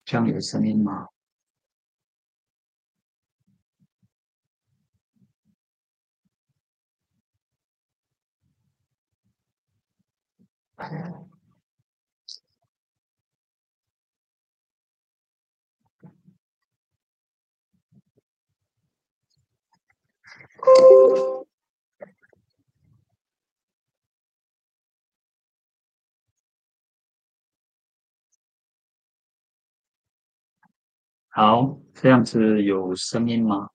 这样有声音吗？好，这样子有声音吗？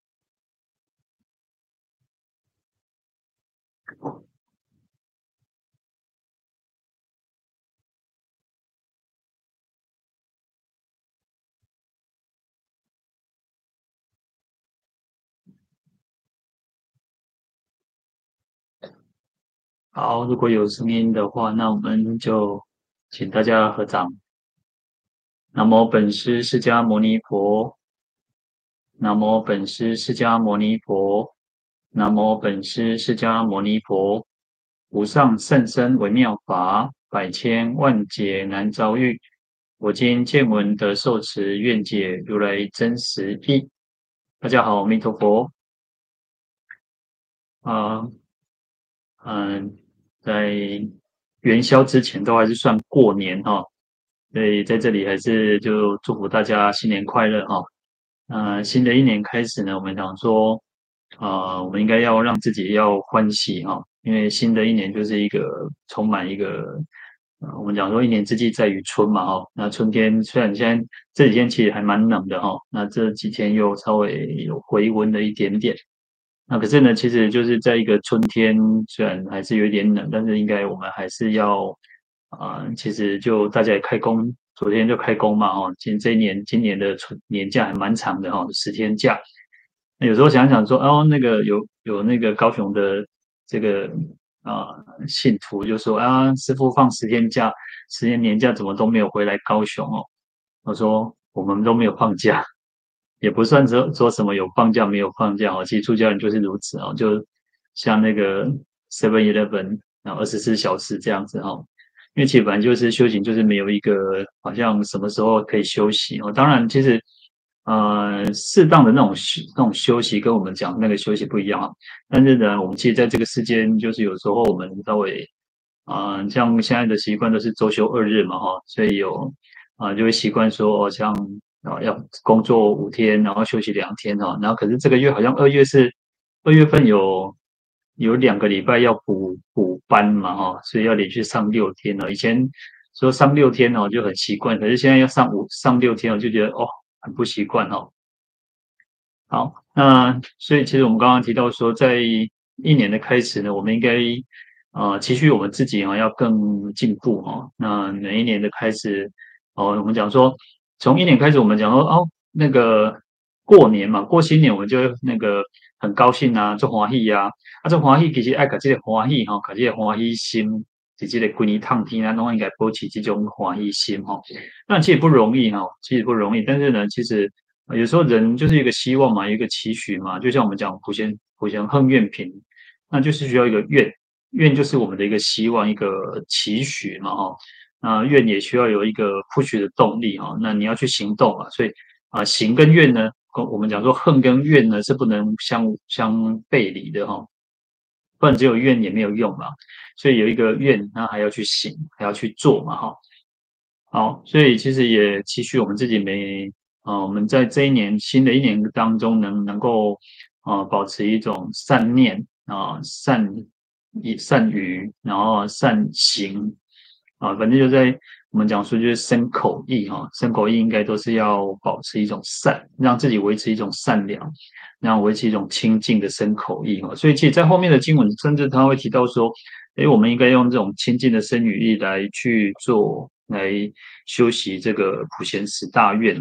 好，如果有声音的话，那我们就请大家合掌。南无本师释迦牟尼佛，南无本师释迦牟尼佛，南无本师释迦牟尼佛。无上甚深微妙法，百千万劫难遭遇。我今见闻得受持，愿解如来真实义。大家好，阿弥陀佛。啊、嗯，在元宵之前都还是算过年哈，所以在这里还是就祝福大家新年快乐哈。新的一年开始呢，我们讲说，我们应该要让自己要欢喜哈，因为新的一年就是一个充满一个，我们讲说一年之计在于春嘛哈。那春天虽然现在这几天其实还蛮冷的哈，那这几天又稍微有回温了一点点。那可是呢，其实就是在一个春天，虽然还是有一点冷，但是应该我们还是要，其实就大家也开工，昨天就开工嘛，哦，今年的年假还蛮长的哈、哦，10天假。那有时候想想说，哦，那个有那个高雄的这个信徒就说啊，师父放10天假，10天年假怎么都没有回来高雄哦？我说我们都没有放假。也不算说什么有放假没有放假哦，其实出家人就是如此哦，就像那个 7-Eleven，然后24小时这样子哦。因为其实本来就是修行，就是没有一个好像什么时候可以休息哦。当然，其实适当的那种休息跟我们讲那个休息不一样啊。但是呢，我们其实在这个世间，就是有时候我们稍微像现在的习惯都是周休2日嘛哈，所以就会习惯说像要工作5天，然后休息2天哈，然后可是这个月好像2月份有2个礼拜要补班嘛哈，所以要连续上6天了。以前说上6天哦就很习惯，可是现在要上6天，我就觉得很不习惯哦。好，那所以其实我们刚刚提到说，在一年的开始呢，我们应该期许我们自己要更进步那每一年的开始我们讲说从一年开始，我们讲说那个过年嘛，过新年我们就那个很高兴啊，做欢喜呀，做欢喜其实爱把这个欢喜把这个欢喜心，直接的规年烫天啊，拢应该保持这种欢喜心那其实不容易其实不容易，但是呢，其实有时候人就是一个希望嘛，有一个期许嘛，就像我们讲普贤恨愿平，那就是需要一个愿，愿就是我们的一个希望，一个期许嘛那愿也需要有一个 push 的动力那你要去行动嘛，所以行跟愿呢，我们讲说恨跟愿呢是不能相背离的不然只有愿也没有用嘛，所以有一个愿，那还要去行，还要去做嘛好，所以其实也期许我们自己我们在这一年新的一年当中能够保持一种善念善语，然后善行反正就在我们讲说就是身口意身口意应该都是要保持一种善，让自己维持一种善良，让维持一种清净的身口意所以其实，在后面的经文甚至他会提到说，我们应该用这种清净的身语意来去做，来修习这个普贤十大愿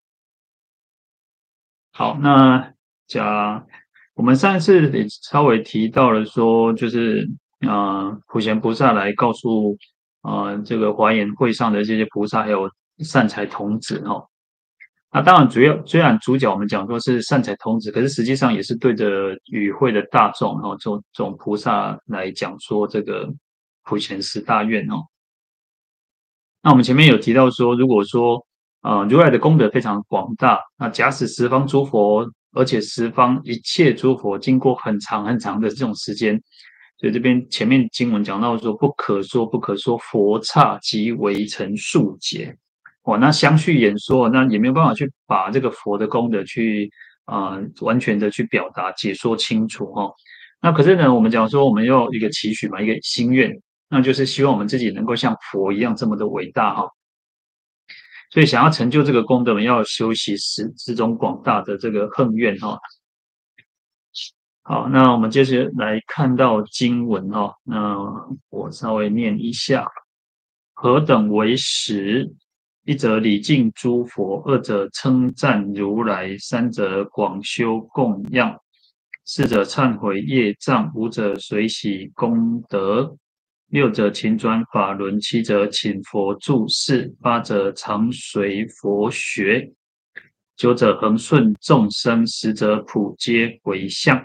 好，那我们上一次也稍微提到了说，就是普贤菩萨来告诉这个华严会上的这些菩萨还有善财童子那当然虽然主角我们讲说是善财童子，可是实际上也是对着与会的大众这种菩萨来讲说这个普贤十大愿那我们前面有提到说，如果说如来的功德非常广大，那假使十方诸佛，而且十方一切诸佛经过很长很长的这种时间，所以这边前面经文讲到说不可说不可说，佛刹即为成数劫。那相续演说，那也没有办法去把这个佛的功德去完全的去表达解说清楚那可是呢，我们讲说我们要一个期许嘛，一个心愿，那就是希望我们自己能够像佛一样这么的伟大所以想要成就这个功德，我们要修习十种广大的这个恨愿好，那我们接着来看到经文那我稍微念一下：何等为实？一则礼敬诸佛，二则称赞如来，三则广修供养，四者忏悔业障，五者随喜功德，六者勤转法轮，七者请佛住世，八者常随佛学，九者恒顺众生，十者普皆回向。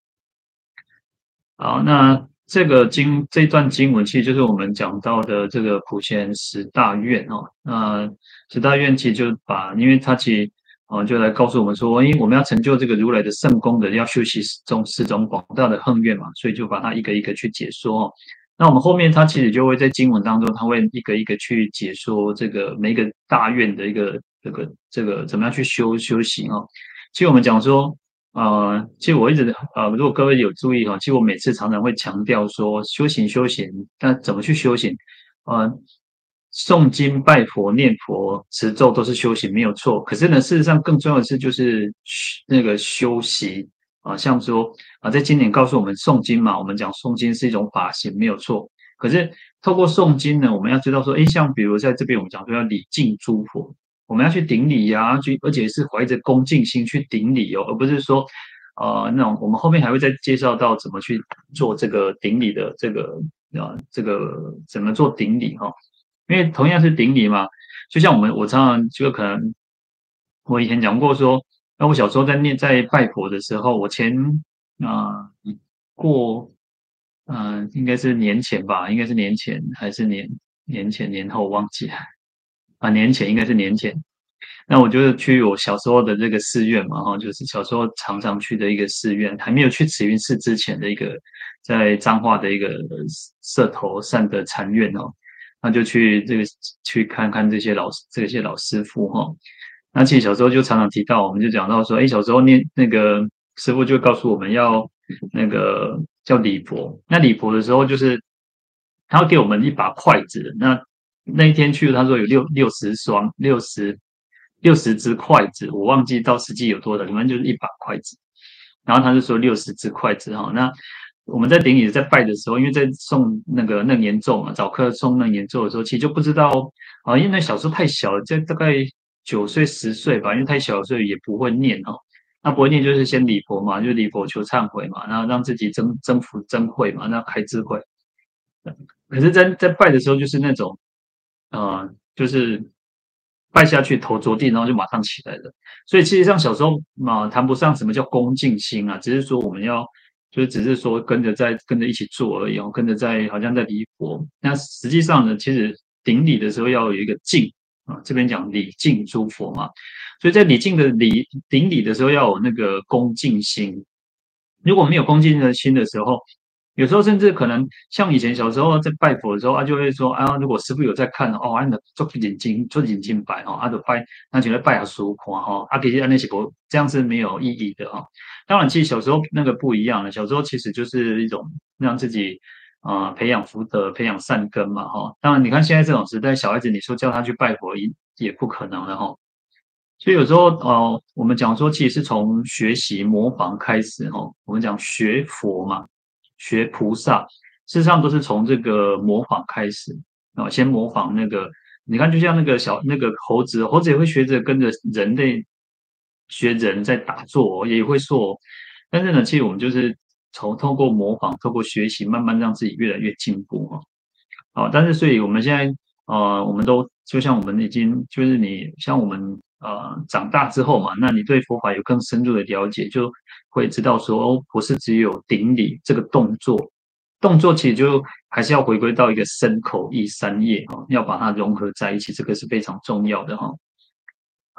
好，那这段经文其实就是我们讲到的这个普贤十大愿那十大愿其实就因为它其实就来告诉我们说，因为我们要成就这个如来的圣功德，要修习四种广大的恨愿嘛，所以就把它一个一个去解说那我们后面它其实就会在经文当中，它会一个一个去解说这个每一个大愿的一个这个怎么样去修行其实我们讲说。其实我一直如果各位有注意其实我每次常常会强调说修行，那怎么去修行？诵经、拜佛、念佛、持咒都是修行，没有错。可是呢，事实上更重要的是就是那个修习像说在经典告诉我们诵经嘛，我们讲诵经是一种法行，没有错。可是透过诵经呢，我们要知道说，像比如在这边我们讲说要礼敬诸佛。我们要去顶礼而且是怀着恭敬心去顶礼而不是说，那种我们后面还会再介绍到怎么去做这个顶礼的这个怎么做顶礼因为同样是顶礼嘛，就像我常常就可能我以前讲过说，那我小时候在拜佛的时候，我过应该是年前吧，应该是年前还是年前年后忘记了。年前应该是年前，那我就是去我小时候的这个寺院嘛，就是小时候常常去的一个寺院，还没有去慈云寺之前的一个在彰化的一个社头善德禅院那就去看看这些老师傅那其实小时候就常常提到，我们就讲到说，小时候念那个师傅就告诉我们要那个叫礼佛，那礼佛的时候就是他要给我们一把筷子，那一天去，他说有60只筷子，我忘记到实际有多少，反正就是一把筷子。然后他就说60只筷子那我们在顶礼在拜的时候，因为在诵那个楞严咒嘛，早课诵楞严咒的时候，其实就不知道因为那小时候太小了，大概9岁10岁吧，因为太小，所以也不会念那不会念就是先礼佛嘛，就礼佛求忏悔嘛，然后让自己增福增慧嘛，那开智慧。可是在拜的时候，就是那种就是拜下去头着地，然后就马上起来了。所以其实上小时候谈不上什么叫恭敬心只是说我们要只是说跟着一起做而已跟着好像在礼佛。那实际上呢，其实顶礼的时候要有一个敬这边讲礼敬诸佛嘛，所以在顶礼的时候要有那个恭敬心。如果没有恭敬的心的时候，有时候甚至可能像以前小时候在拜佛的时候就会说如果师父有在看做眼睛拜就拜，那就来拜下书看其实那些这样是没有意义的当然，其实小时候那个不一样了，小时候其实就是一种让自己培养福德、培养善根嘛当然，你看现在这种时代，小孩子你说叫他去拜佛也不可能了所以有时候我们讲说，其实是从学习模仿开始我们讲学佛嘛，学菩萨，事实上都是从这个模仿开始先模仿那个，你看就像那个猴子也会学着跟着人类学人在打坐也会做但是呢，其实我们就是透过模仿，透过学习，慢慢让自己越来越进步但是所以我们现在我们都就像我们已经就是像我们长大之后嘛，那你对佛法有更深入的了解，就会知道说不是只有顶礼这个动作其实就还是要回归到一个身口意三业要把它融合在一起，这个是非常重要的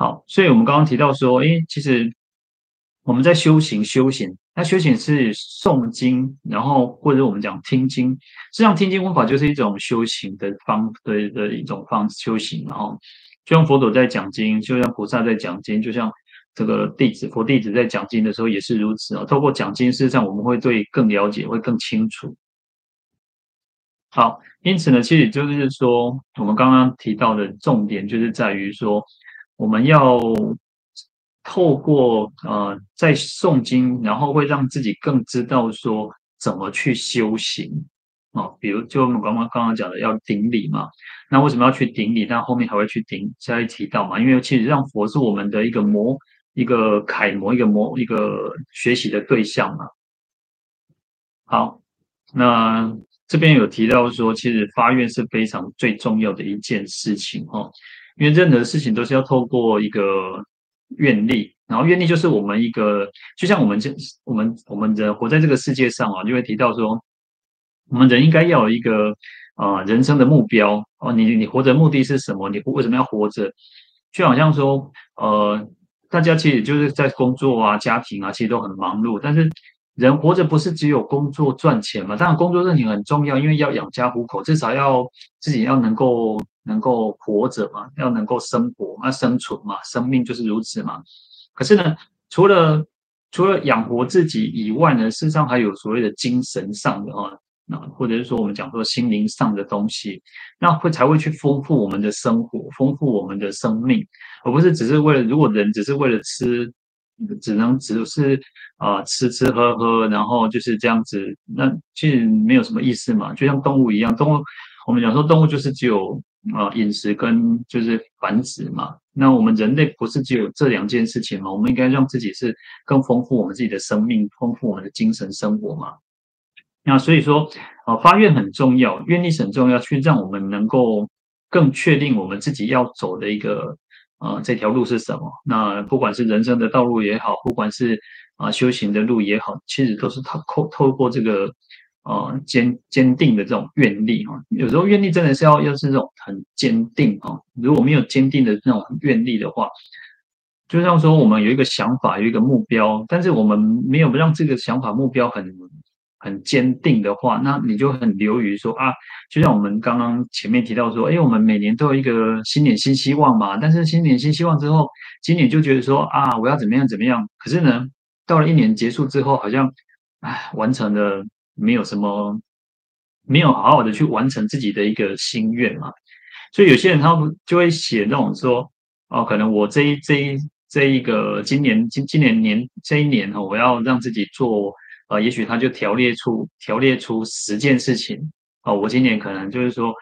好，所以我们刚刚提到说，其实我们在修行，那修行是诵经，然后或者我们讲听经，实际上听经闻法就是一种修行的一种修行，然后就像佛陀在讲经，就像菩萨在讲经，就像这个佛弟子在讲经的时候也是如此啊。透过讲经，事实上我们会对更了解，会更清楚。好，因此呢，其实就是说，我们刚刚提到的重点就是在于说，我们要透过在诵经，然后会让自己更知道说怎么去修行比如就我们刚刚讲的要顶礼嘛，那为什么要去顶礼？那后面还会去再提到嘛，因为其实让佛是我们的一个楷模，一个学习的对象嘛。好，那这边有提到说，其实发愿是非常最重要的一件事情因为任何事情都是要透过一个愿力，然后愿力就是我们一个，就像我们人活在这个世界上就会提到说，我们人应该要有一个人生的目标你活着目的是什么？你为什么要活着？就好像说大家其实就是在工作啊、家庭啊，其实都很忙碌，但是人活着不是只有工作赚钱嘛？当然，工作赚钱很重要，因为要养家糊口，至少要自己要能够活着嘛，要能够生活，生存嘛，生命就是如此嘛。可是呢，除了养活自己以外呢，事实上还有所谓的精神上的那或者是说我们讲说心灵上的东西，那才会去丰富我们的生活，丰富我们的生命，而不是只是为了，如果人只是为了吃，只是吃吃喝喝，然后就是这样子，那其实没有什么意思嘛。就像动物一样，我们讲说动物就是只有饮食跟就是繁殖嘛。那我们人类不是只有这两件事情嘛？我们应该让自己是更丰富我们自己的生命，丰富我们的精神生活嘛。那所以说，发愿很重要，愿力是很重要，去让我们能够更确定我们自己要走的一个这条路是什么。那不管是人生的道路也好，不管是修行的路也好，其实都是透过这个坚定的这种愿力有时候愿力真的是要是这种很坚定如果没有坚定的那种愿力的话，就像说我们有一个想法，有一个目标，但是我们没有让这个想法目标很坚定的话，那你就很流于说就像我们刚刚前面提到说，我们每年都有一个新年新希望嘛，但是新年新希望之后，今年就觉得说我要怎么样怎么样，可是呢，到了一年结束之后，好像完成了没有什么，没有好好的去完成自己的一个心愿嘛，所以有些人他们就会写那种说可能我这一个今年这一年我要让自己做也许他就条列出10件事情我今年可能就是说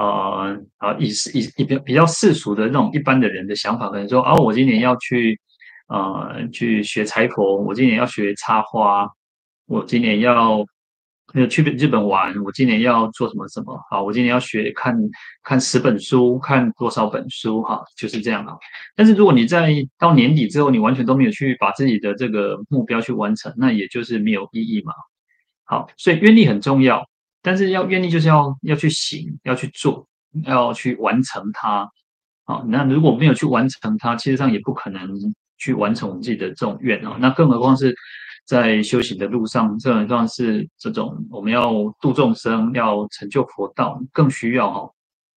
以比较世俗的那种一般的人的想法，可能说我今年要去学裁缝，我今年要学插花，我今年要去日本玩，我今年要做什么什么好，我今年要看10本书，看多少本书就是这样但是如果你到年底之后，你完全都没有去把自己的这个目标去完成，那也就是没有意义嘛。好，所以愿力很重要，但是愿力就是要去行，要去做，要去完成它。好，那如果没有去完成它，其实上也不可能去完成我们自己的这种愿那更何况是在修行的路上，更何况是这种我们要度众生，要成就佛道，更需要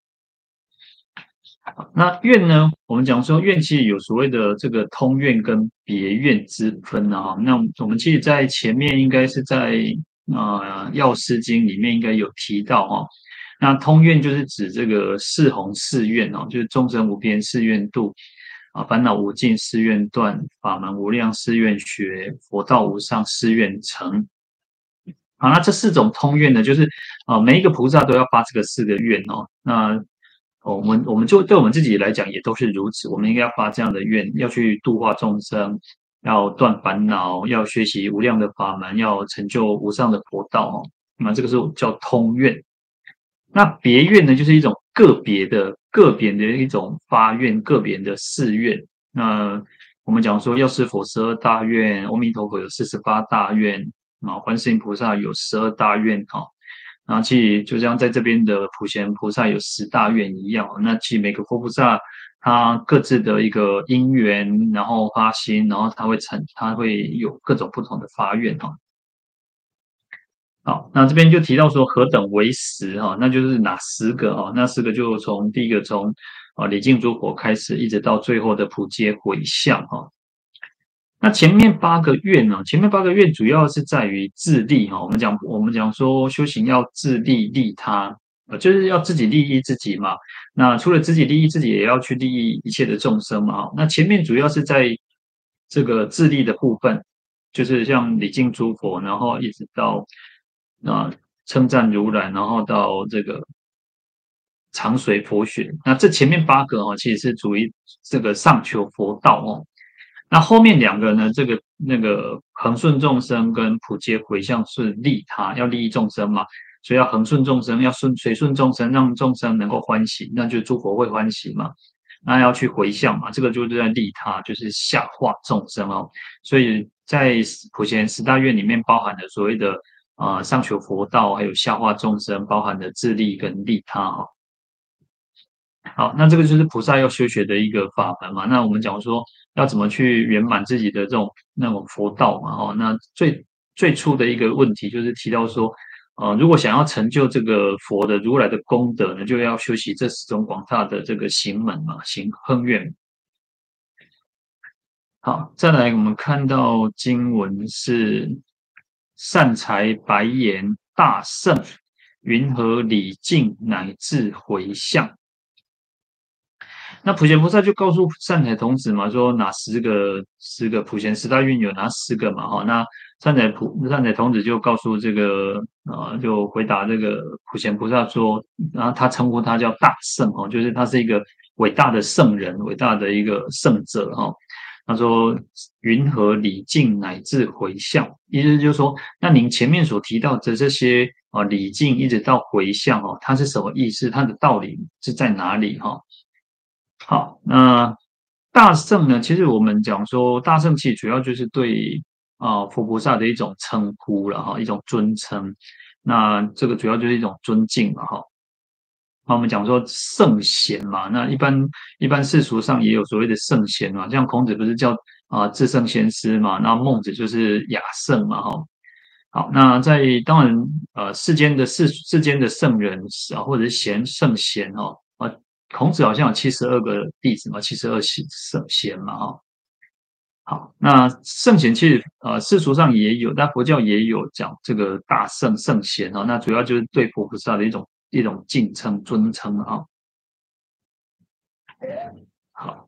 那愿呢？我们讲说愿其实有所谓的这个通愿跟别愿之分那我们其实在前面应该是在药师经里面应该有提到那通愿就是指这个四弘誓愿就是众生无边誓愿度烦恼无尽誓愿断，法门无量誓愿学，佛道无上誓愿成。好，那这4种通愿呢，就是每一个菩萨都要发这个4个愿那我们就对我们自己来讲也都是如此，我们应该要发这样的愿，要去度化众生，要断烦恼，要学习无量的法门，要成就无上的佛道那这个是叫通愿。那别愿呢，就是一种个别的一种发愿，个别的誓愿。那我们讲说，药师佛12大愿，阿弥陀佛有48大愿观世音菩萨有12大愿然后其实就像在这边的普贤菩萨有10大愿一样，那其实每个佛菩萨他各自的一个因缘，然后发心，然后他会有各种不同的发愿哈。好，那这边就提到说何等为10哈，那就是哪10个哈？那10个就从第一个从礼敬诸佛开始，一直到最后的普皆回向哈。那前面8个愿呢？前面8个愿主要是在于自利哈。我们讲说修行要自利利他，就是要自己利益自己嘛。那除了自己利益自己，也要去利益一切的众生嘛。那前面主要是在这个自利的部分，就是像礼敬诸佛，然后一直到称赞如来，然后到这个长随佛学。那这前面8个哦，其实是属于这个上求佛道哦。那后面2个呢，这个那个恒顺众生跟普皆回向是利他，要利益众生嘛，所以要恒顺众生，要随顺众生，让众生能够欢喜，那就诸佛会欢喜嘛。那要去回向嘛，这个就是在利他，就是下化众生哦。所以在普贤10大愿里面包含了所谓的上求佛道，还有下化众生，包含了自利跟利他哈。好，那这个就是菩萨要修学的一个法门嘛。那我们讲说要怎么去圆满自己的这种那种佛道嘛。哦，那最初的一个问题就是提到说，如果想要成就这个佛的如来的功德呢，就要修习这10种广大的这个行门嘛，行亨愿。好，再来我们看到经文是善财白言大圣，云何礼敬乃至回向。那普贤菩萨就告诉善财童子嘛，说哪十个普贤10大愿有哪10个嘛？哈，那善财童子就告诉这个就回答这个普贤菩萨说，然后他称呼他叫大圣哦，就是他是一个伟大的圣人，伟大的一个圣者哈。他说云何礼敬乃至回向，意思就是说，那您前面所提到的这些礼敬一直到回向哦，它是什么意思？它的道理是在哪里哈？好，那大圣呢？其实我们讲说大圣，其实主要就是对佛菩萨的一种称呼了哈，一种尊称。那这个主要就是一种尊敬嘛哈。那我们讲说圣贤嘛，那一般世俗上也有所谓的圣贤嘛，像孔子不是叫至圣先师嘛，那孟子就是雅圣嘛哈。好，那当然世间的圣人或者是圣贤哦。孔子好像有72个弟子嘛，72圣贤嘛，哈。好，那圣贤其实世俗上也有，但佛教也有讲这个大圣贤哦。那主要就是对佛菩萨的一种敬称尊称啊。好。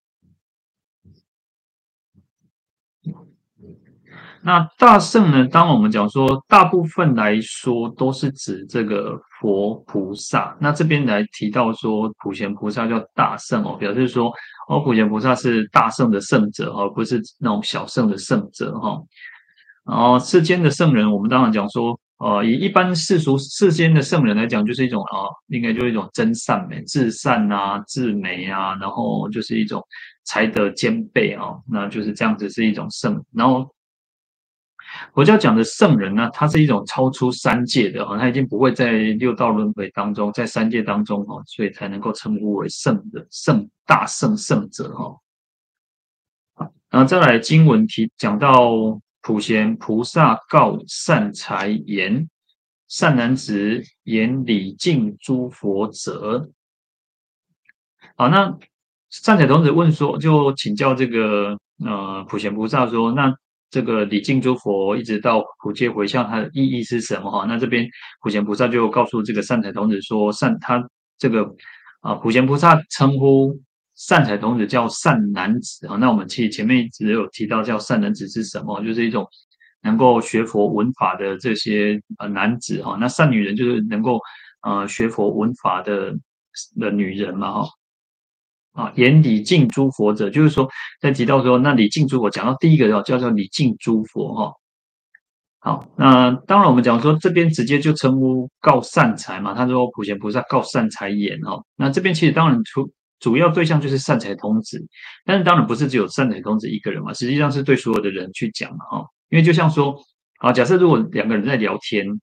那大圣呢？当我们讲说，大部分来说都是指这个佛菩萨。那这边来提到说，普贤菩萨叫大圣哦，表示说，普贤菩萨是大圣的圣者哦，不是那种小圣的圣者哈。然后世间的圣人，我们当然讲说，以一般世间的圣人来讲，就是一种应该就是一种真善美、至善啊、至美啊，然后就是一种才德兼备啊，那就是这样子是一种圣。然后佛教讲的圣人呢，他是一种超出三界的他已经不会在六道轮回当中，在三界当中所以才能够称呼为圣的大圣圣者然后再来经文讲到普贤菩萨告善财言：善男子，言礼敬诸佛者。好，那善财童子问说，就请教这个普贤菩萨说，那这个礼敬诸佛一直到普皆回向，它的意义是什么哈？那这边普贤菩萨就告诉这个善财童子说，他这个普贤菩萨称呼善财童子叫善男子啊。那我们其实前面一直有提到叫善男子是什么，就是一种能够学佛闻法的这些男子哈。那善女人就是能够学佛闻法的女人嘛哈。言礼敬诸佛者，就是说，在提到说，那礼敬诸佛，讲到第一个叫做礼敬诸佛哈。好，那当然我们讲说这边直接就称呼告善财嘛，他说普贤菩萨告善财言哈。那这边其实当然主要对象就是善财童子，但是当然不是只有善财童子一个人嘛，实际上是对所有的人去讲嘛哈。因为就像说，假设如果2个人在聊天，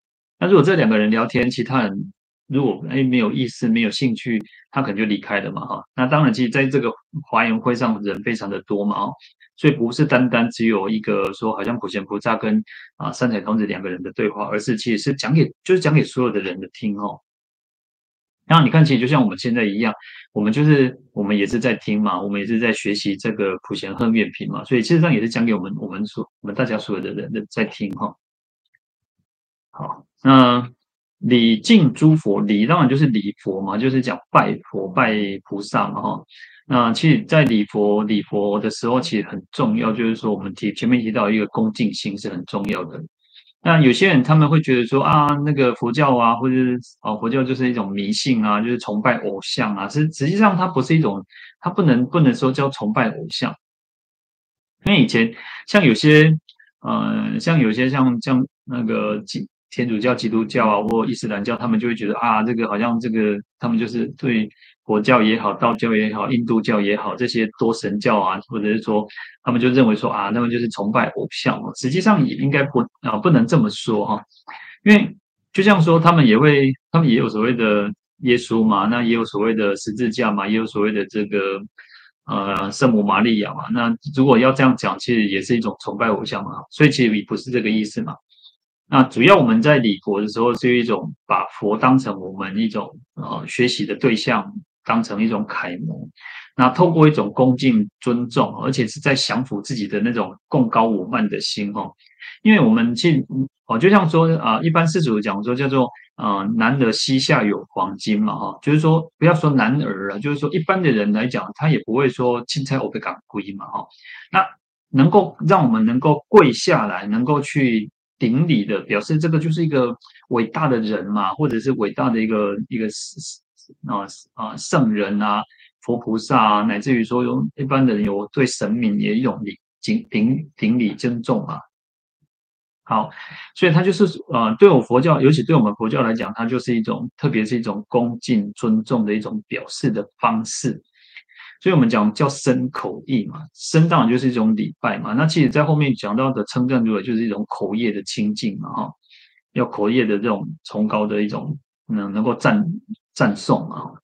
那如果这两个人聊天，其他人如果没有意思、没有兴趣，他可能就离开了嘛哈。那当然，其实在这个华严会上人非常的多嘛哈，所以不是单单只有一个说好像普贤菩萨跟三彩童子两个人的对话，而是其实是讲给所有的人的听哦。然后你看，其实就像我们现在一样，我们也是在听嘛，我们也是在学习这个普贤恨愿品嘛，所以事实上也是讲给我们大家所有的人的在听哈。好，那礼敬诸佛，礼当然就是礼佛嘛，就是讲拜佛、拜菩萨嘛哈。那其实，在礼佛的时候，其实很重要，就是说我们前面提到一个恭敬心是很重要的。那有些人他们会觉得说啊，那个佛教啊，或者是佛教就是一种迷信啊，就是崇拜偶像啊，实际上它不是一种，它不能说叫崇拜偶像，因为以前像有些像有些像那个天主教、基督教啊，或伊斯兰教，他们就会觉得啊，这个好像这个他们就是对佛教也好、道教也好、印度教也好，这些多神教啊，或者是说他们就认为说啊，他们就是崇拜偶像哦。实际上也应该不能这么说哈，因为就像说他们也有所谓的耶稣嘛，那也有所谓的十字架嘛，也有所谓的这个圣母玛利亚嘛。那如果要这样讲，其实也是一种崇拜偶像嘛，所以其实也不是这个意思嘛。那主要我们在礼佛的时候，是一种把佛当成我们一种学习的对象，当成一种楷模。那透过一种恭敬、尊重，而且是在降服自己的那种共高我慢的心哦。因为我们就像说一般世俗讲说叫做男儿膝下有黄金嘛哈，就是说不要说男儿了，就是说一般的人来讲，他也不会说钦差我被赶归嘛哈。那能够让我们能够跪下来，能够去顶礼的，表示这个就是一个伟大的人嘛，或者是伟大的一个圣人啊，佛菩萨啊，乃至于说有一般的人有对神明也一种顶礼尊重嘛。好，所以它就是对我佛教，尤其对我们佛教来讲，它就是一种，特别是一种恭敬尊重的一种表示的方式。所以我们讲叫身口意嘛，身当然就是一种礼拜嘛。那其实在后面讲到的称赞如来，就是一种口业的清净嘛，哈，要口业的这种崇高的一种，能够赞颂嘛。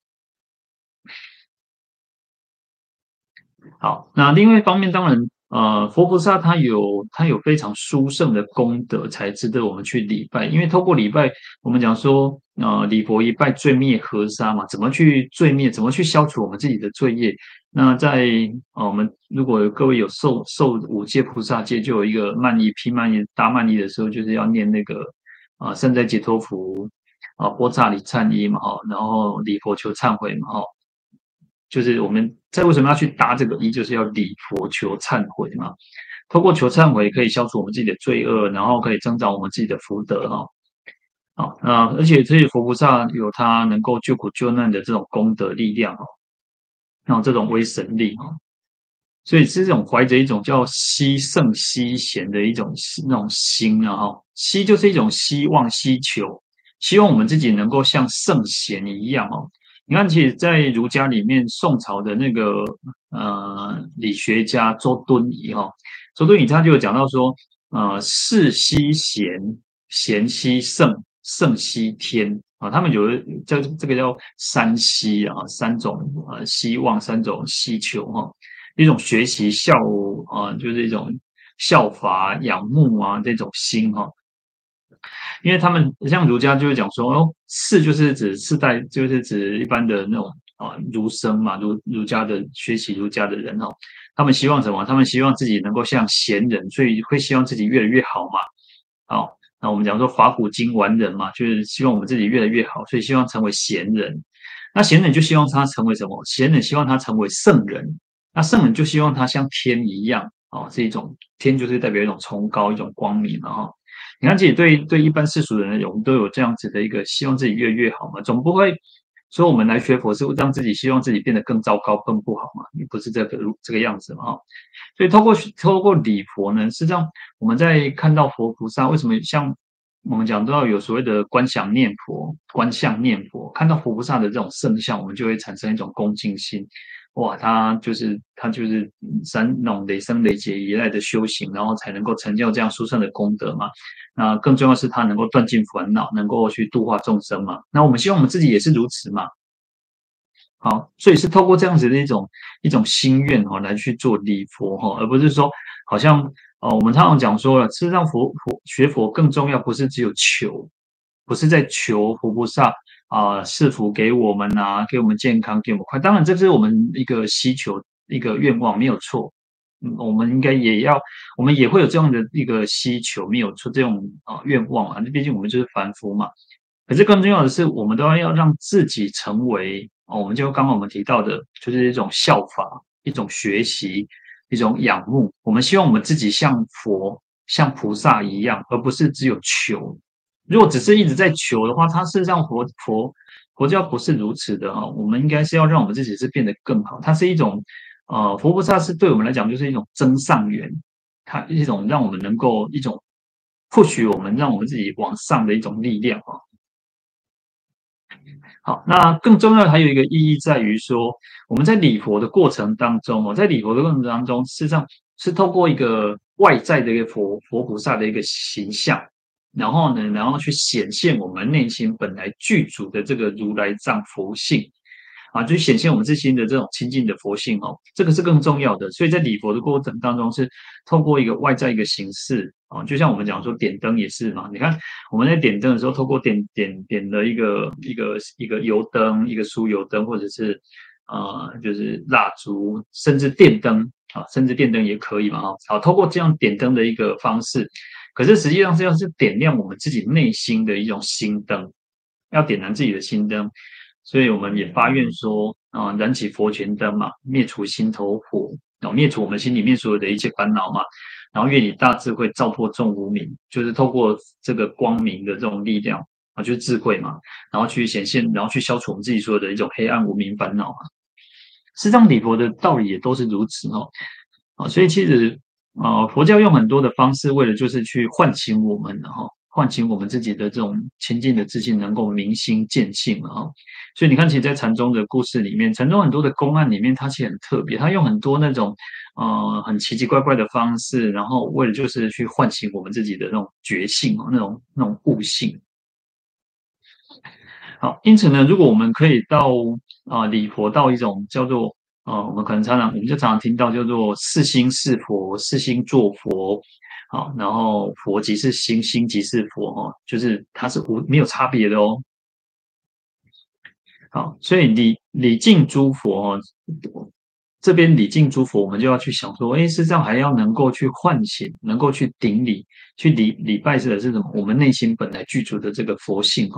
好，那另外一方面，当然，佛菩萨他有非常殊胜的功德，才值得我们去礼拜。因为透过礼拜，我们讲说，礼佛一拜，罪灭河沙嘛，怎么去罪灭，怎么去消除我们自己的罪业？那在我们如果各位有受五戒菩萨戒，就有一个曼尼毗曼尼达曼尼的时候，就是要念那个善哉解脱福波萨里忏依嘛，哈，然后礼佛求忏悔嘛，哈。就是我们在为什么要去搭这个一，就是要礼佛求忏悔嘛。透过求忏悔，可以消除我们自己的罪恶，然后可以增长我们自己的福德哈。好，那而且这些佛菩萨有他能够救苦救难的这种功德力量哦，然后这种威神力哦，所以是这种怀着一种叫希圣希贤的一种那种心啊哈。希就是一种希望、希求，希望我们自己能够像圣贤一样哦。你看，其实，在儒家里面，宋朝的那个理学家周敦颐哈，周敦颐他就有讲到说，士希贤，贤希圣，圣希天啊，他们有这个叫三希啊，三种希望，三种希求哈，一种学习就是一种效法、仰慕啊这种心哈。因为他们像儒家就是讲说，士就是指世代，就是指一般的那种儒生嘛，儒家的学习儒家的人哦，他们希望什么？他们希望自己能够像贤人，所以会希望自己越来越好嘛。哦，那我们讲说法古今完人嘛，就是希望我们自己越来越好，所以希望成为贤人。那贤人就希望他成为什么？贤人希望他成为圣人。那圣人就希望他像天一样，哦，是一种天就是代表一种崇高、一种光明嘛，哈。你看，自己对一般世俗的人，我们都有这样子的一个希望自己越来越好嘛，总不会说我们来学佛是让自己希望自己变得更糟糕、更不好嘛，也不是这个样子嘛，哈。所以透过礼佛呢，实际上我们在看到佛菩萨为什么像我们讲到有所谓的观想念佛、观相念佛，看到佛菩萨的这种圣像，我们就会产生一种恭敬心。 哇，他就是那种累生累劫以来的修行，然后才能够成就这样殊胜的功德嘛。那更重要是他能够断尽烦恼，能够去度化众生嘛。那我们希望我们自己也是如此嘛。好，所以是透过这样子的一种心愿来去做礼佛而不是说好像我们常常讲说了，事实上学佛更重要，不是只有求，不是在求佛菩萨赐福给我们啊，给我们健康，给我们快。当然，这是我们一个希求、一个愿望，没有错。我们应该也要，我们也会有这样的一个希求，没有错，这种愿望啊。毕竟我们就是凡夫嘛。可是更重要的是，我们都要让自己成为我们就刚刚我们提到的，就是一种效法、一种学习、一种仰慕。我们希望我们自己像佛、像菩萨一样，而不是只有求。如果只是一直在求的话，它事实上佛教不是如此的我们应该是要让我们自己是变得更好。它是一种佛菩萨是对我们来讲就是一种增上缘，它一种让我们能够一种或许我们让我们自己往上的一种力量好，那更重要的还有一个意义在于说，我们在礼佛的过程当中在礼佛的过程当中，事实上是透过一个外在的一个佛菩萨的一个形象，然后去显现我们内心本来具足的这个如来藏佛性就显现我们自心的这种清净的佛性这个是更重要的。所以在礼佛的过程当中，是透过一个外在一个形式就像我们讲说点灯也是嘛，你看我们在点灯的时候，透过点的一个油灯，一个酥油灯，或者是就是蜡烛，甚至电灯甚至电灯也可以嘛好，透过这样点灯的一个方式，可是实际上是要是点亮我们自己内心的一种心灯，要点燃自己的心灯。所以我们也发愿说燃起佛前灯嘛，灭除心头火灭除我们心里面所有的一切烦恼嘛。然后愿以大智慧照破众无明，就是透过这个光明的这种力量就是智慧嘛，然后去显现，然后去消除我们自己所有的一种黑暗无明烦恼事实上，礼佛的道理也都是如此所以其实佛教用很多的方式，为了就是去唤醒我们唤醒我们自己的这种清净的自信，能够明心见性所以你看，其实，在禅宗的故事里面，禅宗很多的公案里面，它其实很特别，它用很多那种很奇奇怪怪的方式，然后为了就是去唤醒我们自己的那种觉性那种悟性。好，因此呢，如果我们可以到礼佛到一种叫做我们可能我们就常常听到叫做是心是佛，是心作佛，好，然后佛即是心，心即是佛就是它是没有差别的好，所以礼敬诸佛这边礼敬诸佛，我们就要去想说，事实上还要能够去唤醒，能够去顶礼，去礼拜的是什么？我们内心本来具足的这个佛性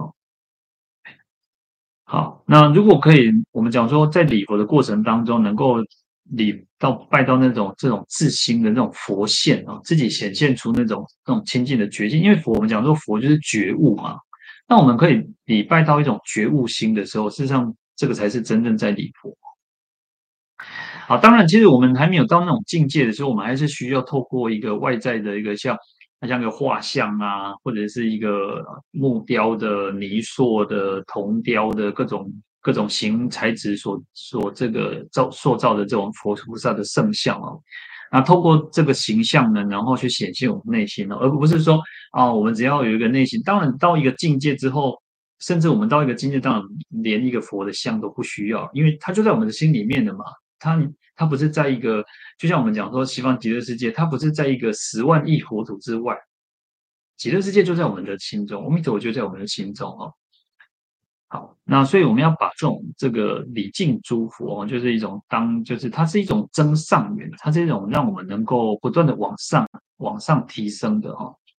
好，那如果可以，我们讲说，在礼佛的过程当中，能够拜到这种自心的那种佛现自己显现出那种清净的觉性。因为我们讲说佛就是觉悟嘛，那我们可以礼拜到一种觉悟心的时候，事实上这个才是真正在礼佛。好，当然，其实我们还没有到那种境界的时候，我们还是需要透过一个外在的一个像一个画像或者是一个木雕的、泥塑的、铜雕的各种形材质所这个塑造的这种佛菩萨的圣像那透过这个形象呢，然后去显现我们内心而不是说我们只要有一个内心。当然，到一个境界之后，甚至我们到一个境界，当然连一个佛的像都不需要，因为它就在我们的心里面的嘛。它不是在一个，就像我们讲说西方极乐世界，它不是在一个10万亿国土之外，极乐世界就在我们的心中，阿弥陀佛就在我们的心中好，那所以我们要把这个礼敬诸佛就是一种就是它是一种增上缘，它是一种让我们能够不断的往上提升的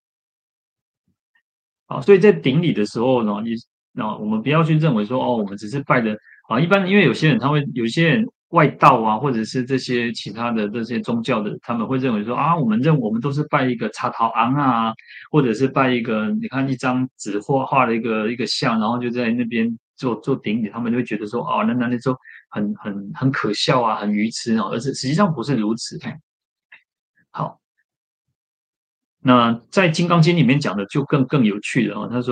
好，所以在顶礼的时候呢，我们不要去认为说我们只是拜的一般因为有些人外道或者是这些其他的这些宗教的，他们会认为说我们都是拜一个茶桃昂或者是拜一个你看一张纸画了一个像，然后就在那边做顶礼，他们就会觉得说那就很可笑很愚痴而是实际上不是如此。好。那在《金刚经》里面讲的就更有趣了他说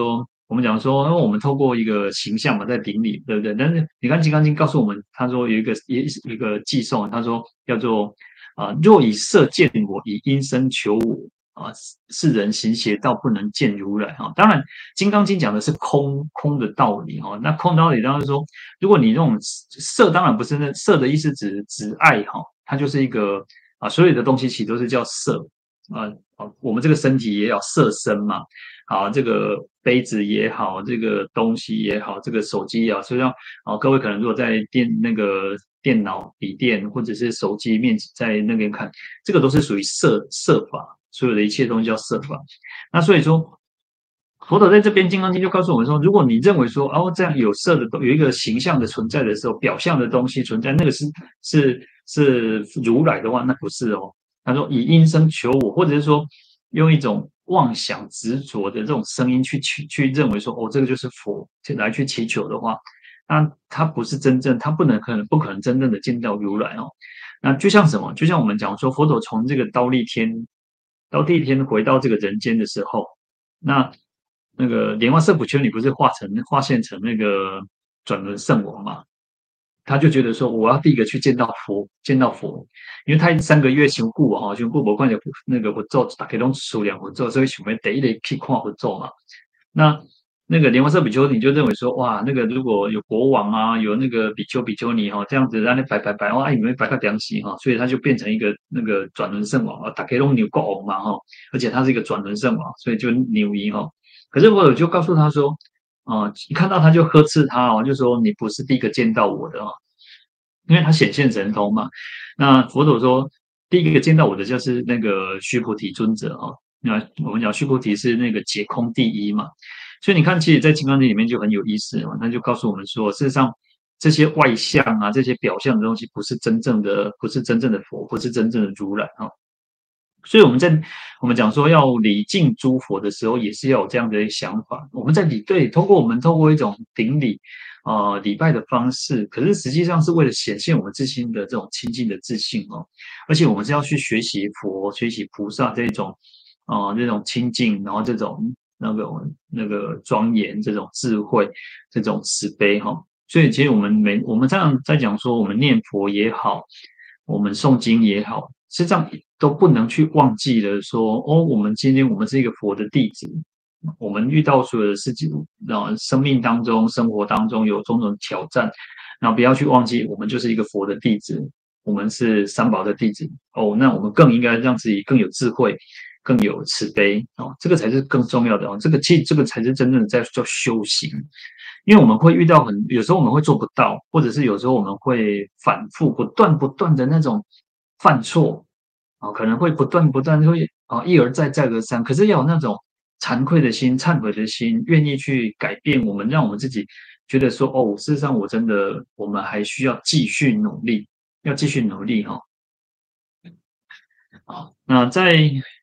我们讲说，因为我们透过一个形象嘛，在顶礼，对不对？但是你看《金刚经》告诉我们，他说有一个寄颂，他说叫做若以色见我，以音声求我世人行邪道，不能见如来当然，《金刚经》讲的是空的道理那空道理当然说，如果你那种色，当然不是那色的意思指爱它就是一个所有的东西其实都是叫色我们这个身体也要色身嘛。好，这个杯子也好，这个东西也好，这个手机也好，所以像各位可能如果在电脑、笔电或者是手机面在那边看，这个都是属于色法，所有的一切东西叫色法。那所以说，佛陀在这边《金刚经》就告诉我们说，如果你认为说这样有色的有一个形象的存在的时候，表象的东西存在，那个是如来的话，那不是哦。他说以音声求我，或者是说用一种妄想执着的这种声音去认为说这个就是佛来去祈求的话，那他不是真正，他不可能真正的见到如来那就像什么？就像我们讲说，佛陀从这个忉利天回到这个人间的时候，那个莲花色普丘尼不是化现成那个转轮圣王嘛？他就觉得说，我要第一个去见到佛，因为他3个月修故修故不看见那个佛咒，大家都数量佛咒，所以想要第一个去看佛咒嘛。那个莲花色比丘尼就认为说，哇，那个如果有国王有那个比丘尼这样子让你摆你们摆个凉席所以他就变成一个那个转轮圣王大家都牛国王嘛而且他是一个转轮圣王，所以就牛一可是我就告诉他说，一看到他就呵斥他就说你不是第一个见到我的因为他显现神通嘛。那佛陀说，第一个见到我的就是那个须菩提尊者那我们讲须菩提是那个解空第一嘛，所以你看，其实，在《金刚经》里面就很有意思他就告诉我们说，事实上这些外相这些表象的东西，不是真正的佛，不是真正的如来所以我们讲说要礼敬诸佛的时候，也是要有这样的想法。我们在透过一种顶礼礼拜的方式，可是实际上是为了显现我们自心的这种清净的自信而且我们是要去学习佛、学习菩萨这种清净，然后这种那个庄严、这种智慧、这种慈悲所以其实我们这样在讲说，我们念佛也好，我们诵经也好，实际上都不能去忘记了说，我们今天我们是一个佛的弟子，我们遇到所有的事情，生命当中、生活当中有种种挑战，然后不要去忘记，我们就是一个佛的弟子，我们是三宝的弟子那我们更应该让自己更有智慧、更有慈悲这个才是更重要的这个才是真正的在做修行。因为我们会遇到有时候我们会做不到，或者是有时候我们会反复不断的那种犯错可能会不断会一而再再而三，可是要有那种惭愧的心、忏悔的心，愿意去改变我们，让我们自己觉得说事实上我们还需要继续努力，好，那在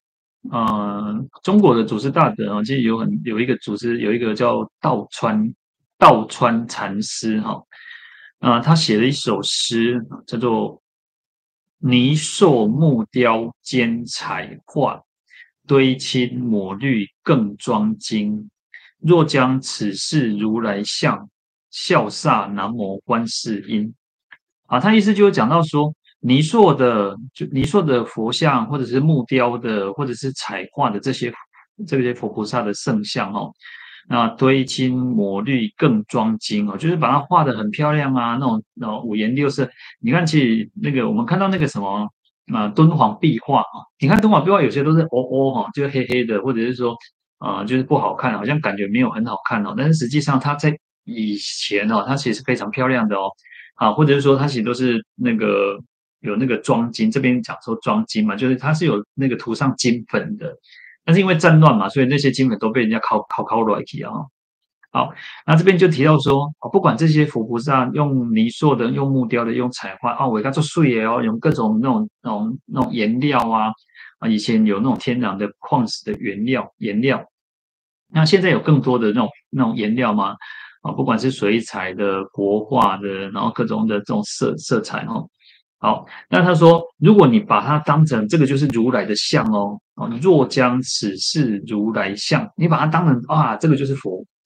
中国的祖师大德其实有一个祖师，有一个叫道川禅师他写了一首诗叫做泥塑木雕兼彩画，堆青抹绿更庄精。若将此事如来相，笑煞南无观世音。他意思就是讲到说，泥塑的佛像，或者是木雕的，或者是彩画的这些佛菩萨的圣像那堆青抹绿更庄精就是把它画得很漂亮那种五颜六色。你看，其实那个我们看到那个什么敦煌壁画你看敦煌壁画有些都是就是黑黑的，或者是说就是不好看，好像感觉没有很好看但是实际上它在以前它其实是非常漂亮的或者是说它其实都是有那个装金，这边讲说装金嘛，就是它是有那个涂上金粉的。但是因为战乱嘛，所以那些金粉都被人家烤软去好，那这边就提到说不管这些佛菩萨用泥塑的、用木雕的、用彩画我给它做碎耶用各种那种颜料以前有那种天然的矿石的颜料，那现在有更多的那种颜料吗？不管是水彩的、国画的，然后各种的这种色彩好，那他说，如果你把它当成这个就是如来的像若将此事如来相，你把它当成这个就是佛，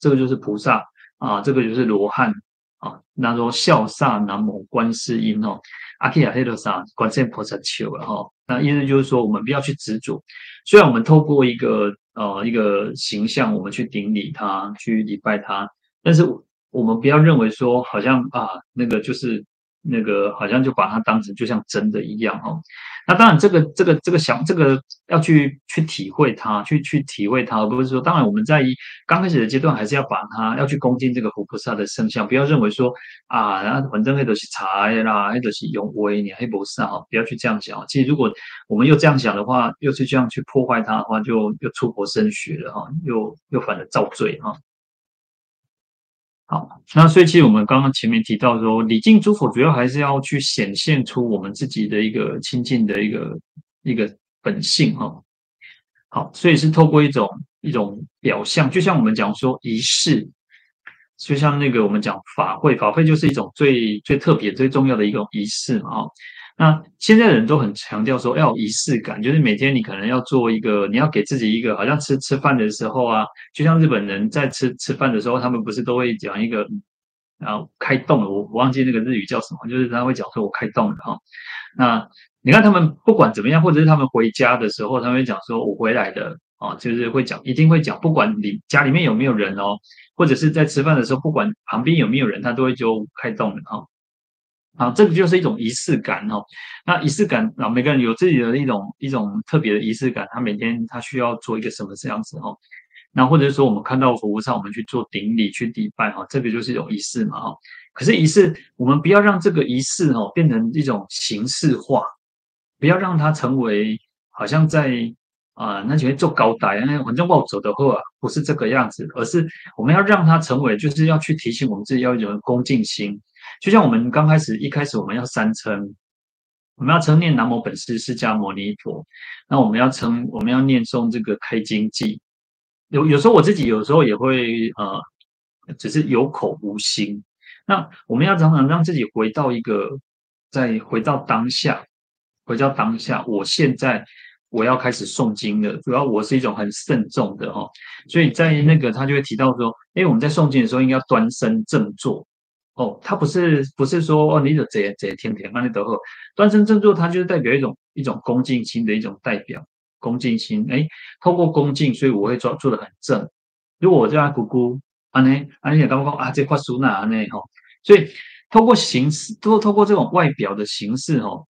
这个就是菩萨啊，这个就是罗汉啊。那说笑煞南无观世音哦，阿基亚黑罗萨观世音菩萨求了哈。那意思就是说，我们不要去执着，虽然我们透过一个形象，我们去顶礼他，去礼拜他，但是我们不要认为说，好像啊，那个就是那个，好像就把它当成就像真的一样哦。那当然，这个要去体会它，去体会它，而不是说，当然我们在刚开始的阶段，还是要把它要去恭敬这个佛菩萨的圣像，不要认为说啊，然后反正那都是茶啦，那都是用威你黑菩萨哈，不要去这样想。其实如果我们又这样想的话，又是这样去破坏它的话，就又出国升学了哈，又反而造罪哈。好，那所以其实我们刚刚前面提到说，礼敬诸佛主要还是要去显现出我们自己的一个亲近的一个本性哈。好，所以是透过一种表象，就像我们讲说仪式，就像那个我们讲法会，法会就是一种最特别、最重要的一种仪式嘛哈。那现在的人都很强调说要有仪式感，就是每天你可能要做一个，你要给自己一个，好像吃饭的时候啊，就像日本人在吃饭的时候，他们不是都会讲一个，然后开动了，我忘记那个日语叫什么，就是他会讲说我开动了哈。那你看他们不管怎么样，或者是他们回家的时候，他们会讲说我回来的啊，就是会讲，一定会讲，不管你家里面有没有人哦，或者是在吃饭的时候，不管旁边有没有人，他都会就开动了哈。好，这个就是一种仪式感哦。那仪式感啊，每个人有自己的一种特别的仪式感，他每天他需要做一个什么这样子哦。那或者是说，我们看到服务上，我们去做顶礼、去礼拜哈，这个就是一种仪式嘛哈。可是仪式，我们不要让这个仪式哦变成一种形式化，不要让它成为好像在那就会做高台，反正我走的话不是这个样子，而是我们要让它成为，就是要去提醒我们自己要有恭敬心。就像我们一开始我们要三称，我们要称念南无本师释迦牟尼佛，那我们要念诵这个开经偈。有时候我自己有时候也会只是有口无心。那我们要常常让自己再回到当下，回到当下。我要开始诵经了，主要我是一种很慎重的哈，所以在那个他就会提到说，我们在诵经的时候应该端身正坐。哦，他不是说哦，你的这天天那你得后端身正坐，它就是代表一种恭敬心的一种代表，恭敬心。透过恭敬，所以我会做得很正。如果我叫他姑姑，安尼也刚刚啊，这块书那安尼吼，所以透过形式，透过这种外表的形式吼，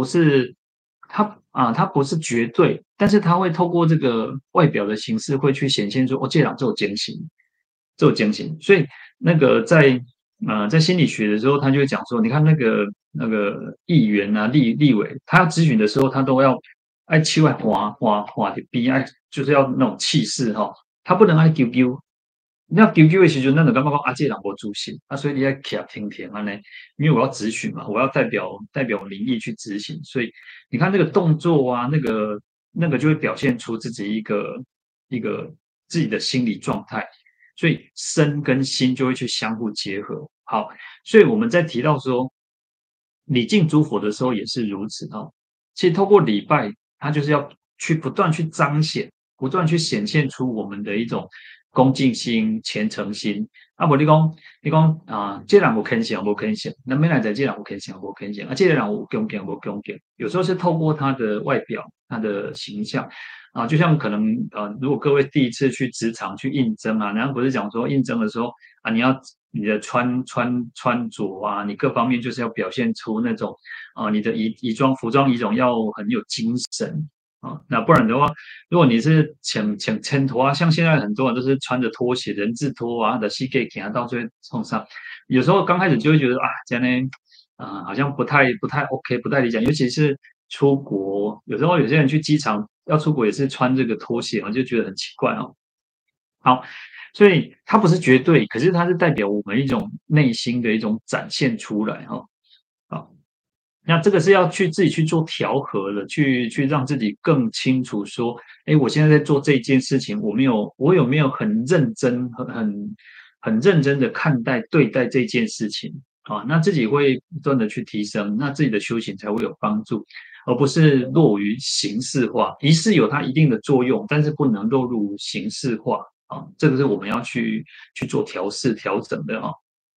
它不是绝对，但是它会透过这个外表的形式，会去显现出哦，这两这种艰辛，这种艰辛。所以那个在心理学的时候，他就会讲说，你看那个议员啊、立委，他要咨询的时候，他都要爱气外哗的逼爱，就是要那种气势哈，他不能爱丢丢。你要丢丢的时候，那种刚刚啊，这两波主席啊，所以你要卡听听啊呢，因为我要咨询嘛，我要代表民意去执行，所以你看那个动作啊，那个就会表现出一个自己的心理状态。所以身跟心就会去相互结合。好，所以我们在提到说礼敬诸佛的时候也是如此哦。其实透过礼拜，它就是要去不断去彰显，不断去显现出我们的一种恭敬心、虔诚心。无你讲啊，这人有虔诚无虔诚，那没来在这人有虔诚无虔诚，这个人有恭敬无恭敬。有时候是透过他的外表、他的形象。就像可能如果各位第一次去职场去应征啊，然后不是讲说应征的时候啊，你的穿着啊，你各方面就是要表现出那种你的服装仪容要很有精神啊，那不然的话，如果你是前拖啊，像现在很多人都是穿着拖鞋、人字拖啊的膝盖给他到最后冲上，有时候刚开始就会觉得这样呢，好像不太 OK，不太理想，尤其是出国，有时候有些人去机场要出国也是穿这个拖鞋，我就觉得很奇怪哦。好，所以它不是绝对，可是它是代表我们一种内心的一种展现出来哈。好，那这个是要自己去做调和的，去让自己更清楚说，我现在在做这件事情，我有没有很认真、很认真的对待这件事情啊？那自己会不断的去提升，那自己的修行才会有帮助。而不是落于形式化。仪式有它一定的作用，但是不能落入形式化。 啊，这个是我们要去做调试调整的哈。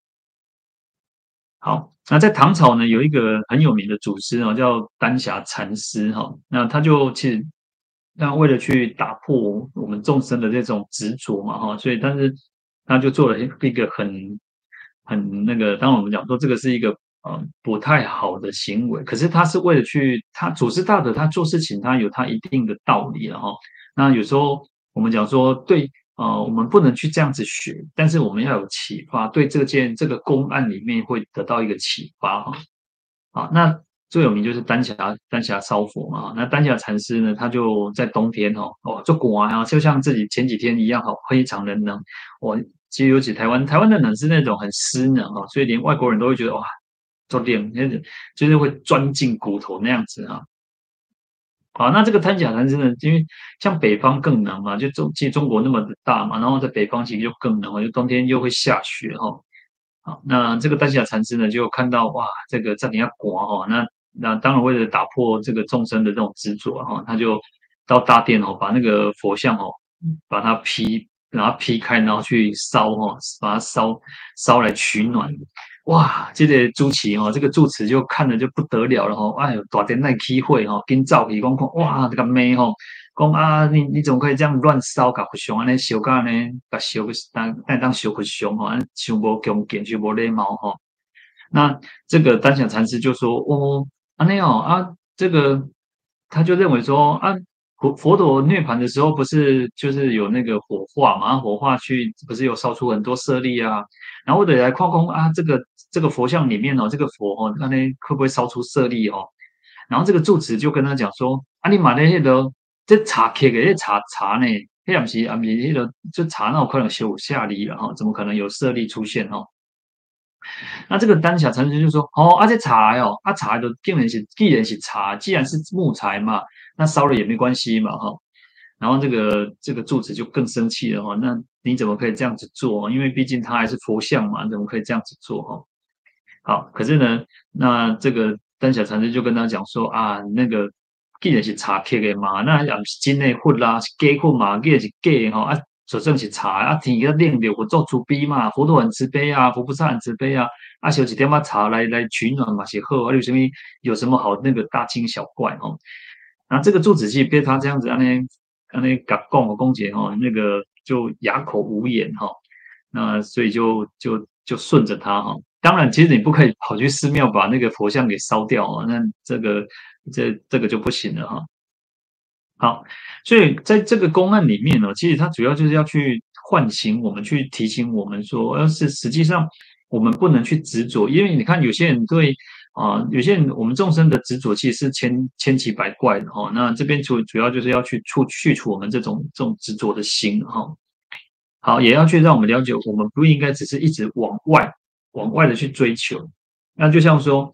好，那在唐朝呢，有一个很有名的祖师哦，叫丹霞禅师哈。那他就其实，那为了去打破我们众生的这种执着嘛哈，所以但是他就做了一个很那个，当然我们讲说这个是一个不太好的行为，可是他是为了去他祖师大德他做事情他有他一定的道理了哈。那有时候我们讲说对我们不能去这样子学，但是我们要有启发，对这个公案里面会得到一个启发哈。啊，那最有名就是丹霞烧佛嘛。那丹霞禅师呢，他就在冬天做果啊，就像自己前几天一样非常的冷。我其实尤其台湾的冷是那种很湿冷所以连外国人都会觉得哇，做冷，就是会钻进骨头那样子啊。好，那这个丹霞禅师呢，因为像北方更冷嘛，其实中国那么的大嘛，然后在北方其实就更冷就冬天又会下雪好，那这个丹霞禅师呢，就看到哇，这个这里要刮那当然为了打破这个众生的这种执着他就到大殿把那个佛像把它劈开，然后去烧把它烧来取暖。哇，这个朱祁这个住持就看了就不得了了哎呦，大殿那起火跟照起讲哇，这个妹讲啊，你怎么可以这样乱烧，把佛像安尼烧到呢？把烧当烧佛像伤无恭敬，伤无礼貌那这个丹霞禅师就说安尼这个他就认为说佛陀涅槃的时候不是就是有那个火化嘛，火化去不是有烧出很多舍利啊，然后我得来看看这个佛像里面这个佛那会不会烧出舍利然后这个住持就跟他讲说你买那个这茶客的茶呢，那不是那个就茶那有可能是有下利了怎么可能有舍利出现那这个丹霞禅师就说这茶茶的既然是茶，既然是木材嘛，那烧了也没关系嘛然后这个住持就更生气了那你怎么可以这样子做？因为毕竟他还是佛像嘛，你怎么可以这样子做好，可是呢，那这个丹霞禅师就跟他讲说那个既然是茶客的嘛，那也不是真的佛啦，是假佛嘛，既然是假的所正是茶天个练的佛做慈悲嘛，佛陀很慈悲佛菩萨很慈悲烧一点茶来取暖嘛是好有什么好那个大惊小怪那这个住持被他这样子安尼讲公姐那个就哑口无言那所以就顺着他当然，其实你不可以跑去寺庙把那个佛像给烧掉那这个就不行了好，所以在这个公案里面其实它主要就是要去唤醒我们，去提醒我们说，要是实际上我们不能去执着，因为你看有些人有些人我们众生的执着其实是千奇百怪的那这边主要就是要去去除我们这种执着的心好，也要去让我们了解，我们不应该只是一直往外的去追求。那就像说，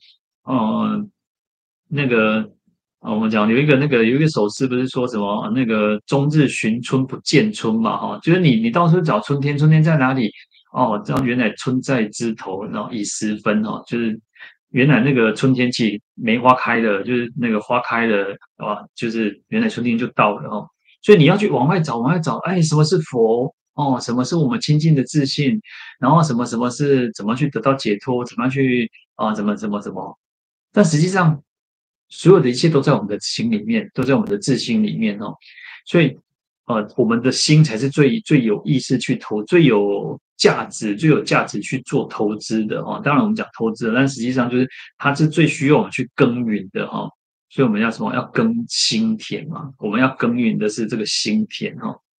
那个我们讲有一个手势，不是说什么那个终日寻春不见春嘛就是你到处找春天，春天在哪里？这样原来春在枝头，然后已时分就是原来那个春天气梅花开了，就是那个花开了就是原来春天就到了所以你要去往外找，什么是佛？什么是我们亲近的自信？然后什么是怎么去得到解脱？怎么去怎么？但实际上，所有的一切都在我们的心里面，都在我们的自心里面所以我们的心才是最有意识去最有价值去做投资的当然我们讲投资，但实际上就是它是最需要我们去耕耘的所以我们要什么？要耕心田嘛。我们要耕耘的是这个心田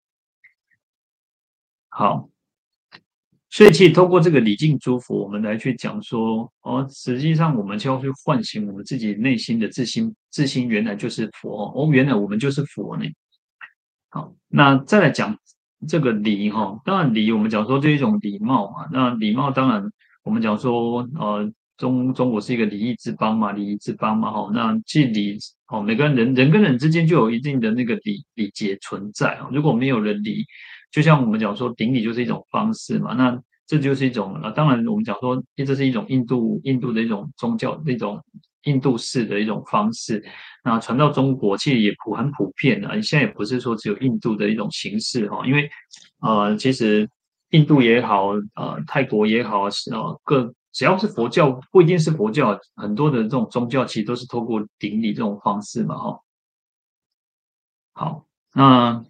好，所以其实透过这个礼敬诸佛，我们来去讲说实际上我们就要去唤醒我们自己内心的自心原来就是佛原来我们就是佛呢。好，那再来讲这个礼当然礼我们讲说这一种礼貌嘛。那礼貌当然我们讲说中国是一个礼仪之邦嘛，礼仪之邦嘛那其实礼每个人跟人之间就有一定的那个礼节存在如果没有人礼，就像我们讲说顶礼就是一种方式嘛，那这就是一种当然我们讲说这是一种印度的一种宗教的一种印度式的一种方式，那传到中国其实也很普遍的，现在也不是说只有印度的一种形式哈，因为其实印度也好，泰国也好，只要是佛教，不一定是佛教，很多的这种宗教其实都是透过顶礼这种方式嘛哈。好，那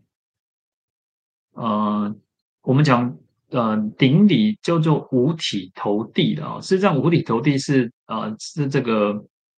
我们讲顶礼叫做五体投地的啊、事实上五体投地是这个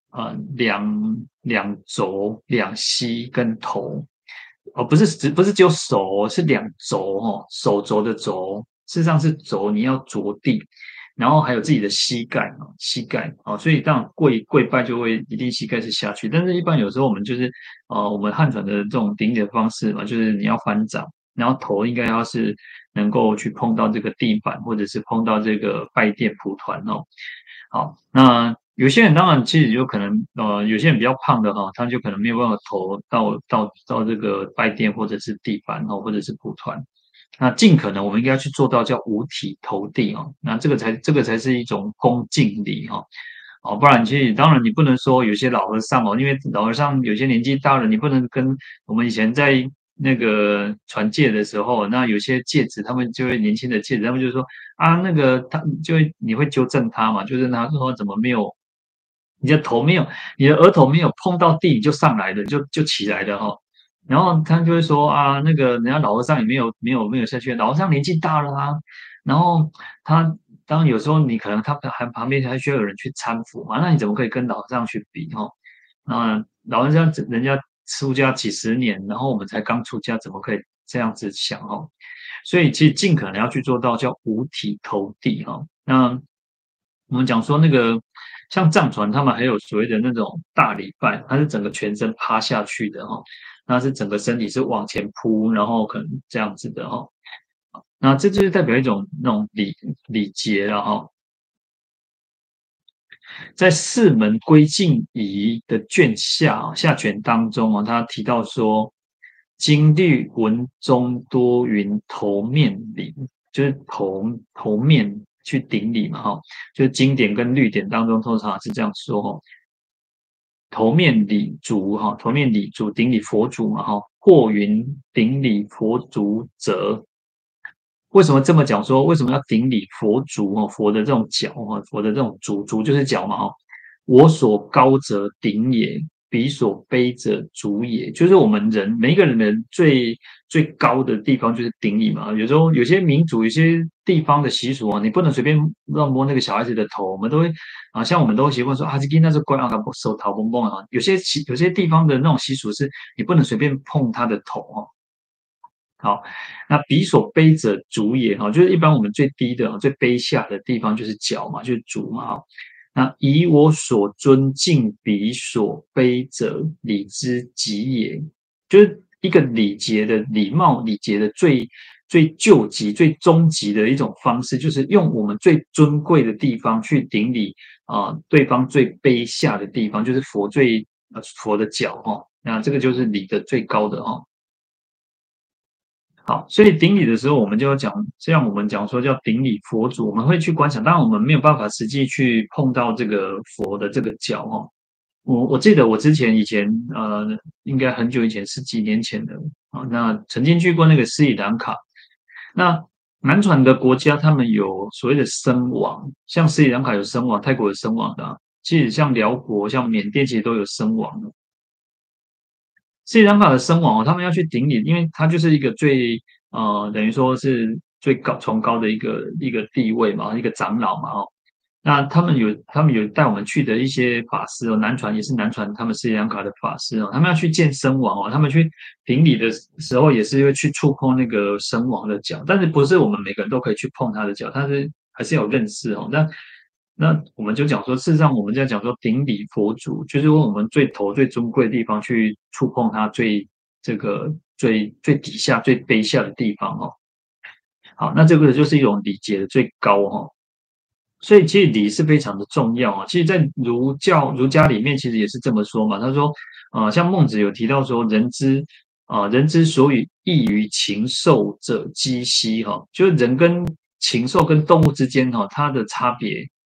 两肘两膝跟头哦，不是只有手哦，是两肘哦，手肘的肘，事实上是肘你要着地，然后还有自己的膝盖哦，所以当然跪拜就会一定膝盖是下去，但是一般有时候我们就是我们汉传的这种顶礼的方式嘛，就是你要翻掌。然后头应该要是能够去碰到这个地板，或者是碰到这个拜殿蒲团哦。好，那有些人当然其实有可能有些人比较胖的哈，他就可能没有办法投到这个拜殿或者是地板哦，或者是蒲团。那尽可能我们应该去做到叫五体投地哦，那这个才是一种恭敬礼哈。哦，不然其实当然你不能说有些老和尚哦，因为老和尚有些年纪大了，你不能跟我们以前在那个传戒的时候，那有些戒指他们就会年轻的戒指，他们就说啊，那个他就会你会纠正他嘛，纠正他说怎么没有你的头没有你的额头没有碰到地你就上来的，就起来的哈、哦。然后他就会说啊，那个人家老和尚也没有下去，老和尚年纪大了啊，然后他当然有时候你可能他还旁边还需要有人去搀扶嘛，那你怎么可以跟老和尚去比哈？那老和尚人家出家几十年，然后我们才刚出家，怎么可以这样子想哈？所以其实尽可能要去做到叫五体投地哈。那我们讲说那个像藏传，他们还有所谓的那种大礼拜，它是整个全身趴下去的哈，那是整个身体是往前扑，然后可能这样子的哈。那这就是代表一种那种礼节了哈。在四门归敬仪的下卷当中啊，他提到说，经律文中多云头面礼，就是头面去顶礼嘛哈，就是经典跟律典当中通常是这样说哈，头面礼足哈，头面礼足顶礼佛祖嘛哈，或云顶礼佛祖者。为什么这么讲说？为什么要顶礼佛足哦？佛的这种脚哦，佛的这种足就是脚嘛哦。我所高者顶也，彼所卑者足也。就是我们每一个人的最高的地方就是顶礼嘛。有时候有些民族、有些地方的习俗啊，你不能随便乱摸那个小孩子的头。我们都会像我们都习惯说啊，这那是乖啊，手头蹦蹦啊。有些地方的那种习俗是，你不能随便碰他的头哦。好，那彼所卑者足也哈，就是一般我们最低的、最卑下的地方就是脚嘛，就是足嘛。那以我所尊敬彼所卑者，礼之极也，就是一个礼貌礼节的最究极、最终极的一种方式，就是用我们最尊贵的地方去顶礼对方最卑下的地方，就是佛的脚哈。那这个就是礼的最高的哈。好，所以顶礼的时候，我们就要讲，像我们讲说叫顶礼佛祖，我们会去观想。当然，我们没有办法实际去碰到这个佛的这个脚哦。我记得我以前应该很久以前，十几年前的啊，那曾经去过那个斯里兰卡。那南传的国家，他们有所谓的僧王，像斯里兰卡有僧王，泰国有僧王的啊，其实像辽国、像缅甸，其实都有僧王的。斯里兰卡的僧王哦，他们要去顶礼，因为他就是一个等于说是最崇高的一个地位嘛，一个长老嘛哦。那他们有带我们去的一些法师哦，南传也是南传他们斯里兰卡的法师哦，他们要去见僧王哦，他们去顶礼的时候也是会去触碰那个僧王的脚，但是不是我们每个人都可以去碰他的脚，他是还是有认识哦。那我们就讲说，事实上我们在讲说顶礼佛祖，就是说我们最尊贵的地方去触碰它最底下最卑下的地方哦。好，那这个就是一种礼节的最高哦。所以其实礼是非常的重要啊。其实，在儒家里面，其实也是这么说嘛。他说，像孟子有提到说，人之所以异于禽兽者，几希哈，就是人跟禽兽跟动物之间哈，它的差别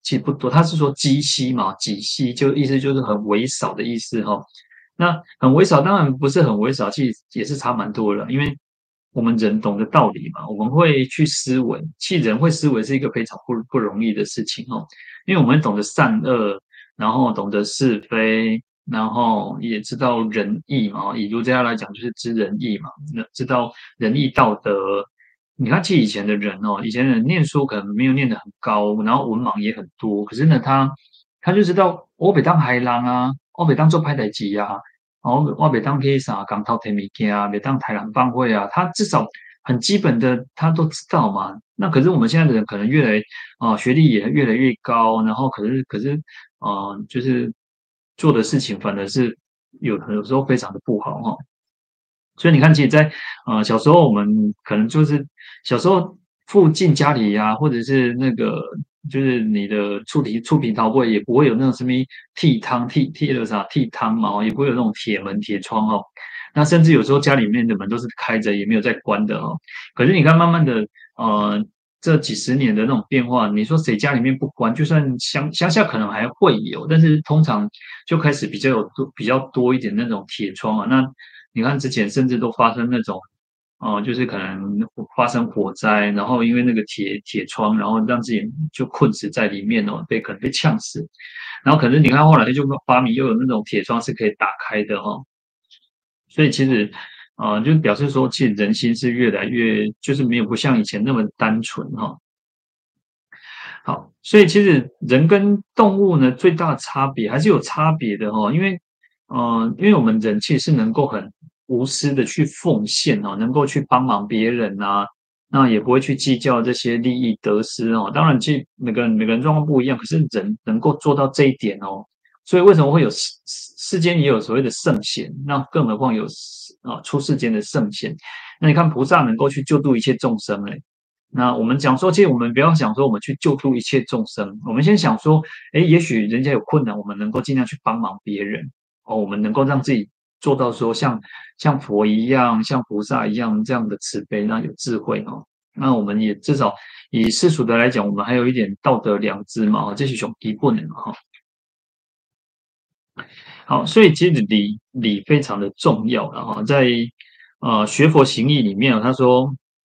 其实不多，他是说几稀嘛，几稀就意思就是很微少的意思哈。那很微少，当然不是很微少，其实也是差蛮多的，因为我们人懂得道理嘛，我们会去思维，其实人会思维是一个非常不容易的事情哦，因为我们懂得善恶，然后懂得是非，然后也知道仁义嘛，以儒家来讲就是知仁义嘛，那知道仁义道德。你看，其实以前的人哦，以前人念书可能没有念得很高，然后文盲也很多，可是呢，他就知道我北当海人啊，我北当做派代志啊，我北当可以啥港套提物件啊，北当台南帮会啊，他至少很基本的他都知道嘛。那可是我们现在的人可能越来学历也越来越高，然后可是就是做的事情反而是有时候非常的不好哈。所以你看，其实在，小时候我们可能就是小时候附近家里呀、或者是那个就是你的触屏陶柜也不会有那种什么屉汤屉的啥屉汤嘛，也不会有那种铁门铁窗哦。那甚至有时候家里面的门都是开着，也没有在关的哦。可是你看，慢慢的，呃，这几十年的那种变化，你说谁家里面不关？就算乡下可能还会有，但是通常就开始比较多一点那种铁窗啊。那你看之前甚至都发生那种，就是可能发生火灾，然后因为那个铁窗，然后让自己就困死在里面哦，可能被呛死。然后可是你看后来就发明又有那种铁窗是可以打开的哦，所以其实就表示说，其实人心是越来越就是没有不像以前那么单纯哈。好，所以其实人跟动物呢最大的差别还是有差别的哈，因为我们人其实是能够很无私的去奉献哦，能够去帮忙别人啊，那也不会去计较这些利益得失哦。当然，其实每个人状况不一样，可是人能够做到这一点哦，所以为什么会有世间也有所谓的圣贤？那更何况有出世间的圣贤？那你看菩萨能够去救度一切众生嘞。那我们讲说，其实我们不要想说我们去救度一切众生，我们先想说，诶，也许人家有困难，我们能够尽量去帮忙别人哦，我们能够让自己做到说像佛一样，像菩萨一样这样的慈悲，那有智慧哦。那我们也至少以世俗的来讲，我们还有一点道德良知嘛，这是种基本的嘛哈。好，所以其实礼非常的重要，然后在学佛行义里面他说。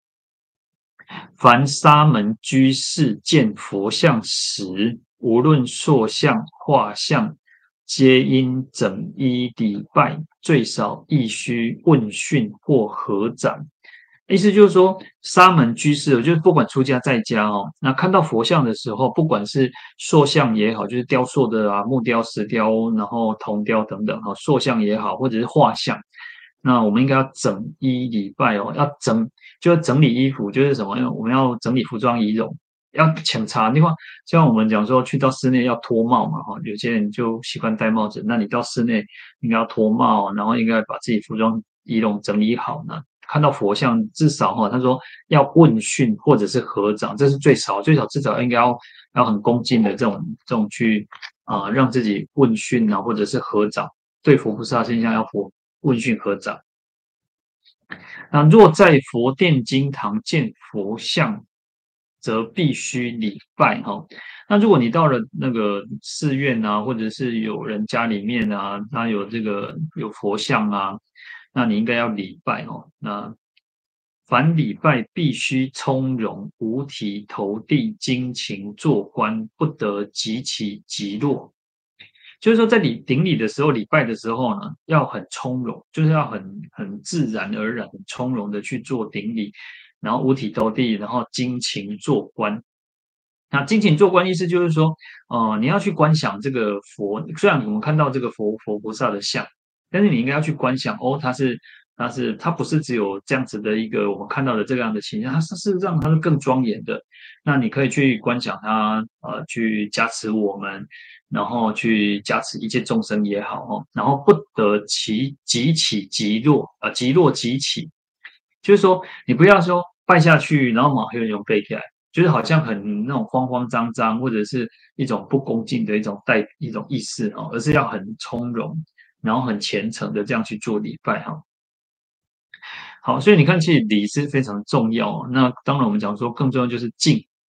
凡沙门居士见佛像时，无论塑像、画像，皆应整衣礼拜，最少亦须问讯或合掌。意思就是说，沙门居士，就是不管出家在家哦，那看到佛像的时候，不管是塑像也好，就是雕塑的啊，木雕、石雕，然后铜雕等等哈，塑像也好，或者是画像，那我们应该要整衣礼拜哦，就是整理衣服，就是什么？因为我们要整理服装仪容，要检查。另外，像我们讲说，去到室内要脱帽嘛，哈，有些人就习惯戴帽子，那你到室内应该要脱帽，然后应该把自己服装仪容整理好呢。看到佛像，至少哈，他说要问讯或者是合掌，这是最少至少应该要很恭敬的这种去让自己问讯啊，或者是合掌，对佛菩萨现象要问讯合掌。那若在佛殿经堂见佛像，则必须礼拜哈。那如果你到了那个寺院啊，或者是有人家里面啊，他有佛像啊，那你应该要礼拜哦。那凡礼拜必须从容，五体投地，精勤做观，不得急起急落。就是说，在你顶礼的时候，礼拜的时候呢，要很从容，就是要很自然而然、很从容的去做顶礼，然后五体投地，然后精勤做观。那精勤做观意思就是说，你要去观想这个佛，虽然我们看到这个佛菩萨的像，但是你应该要去观想，哦，它不是只有这样子的一个我们看到的这样的形象，它事实上它是更庄严的。那你可以去观想它，去加持我们，然后去加持一切众生也好哦，然后不得急起急落，急落急起，就是说你不要说拜下去，然后马上又背起来。就是好像很那种慌慌张张，或者是一种不恭敬的一种意思哦，而是要很从容，然后很虔诚的这样去做礼拜哈。好，所以你看，其实礼是非常重要哦。那当然，我们讲说更重要就是敬。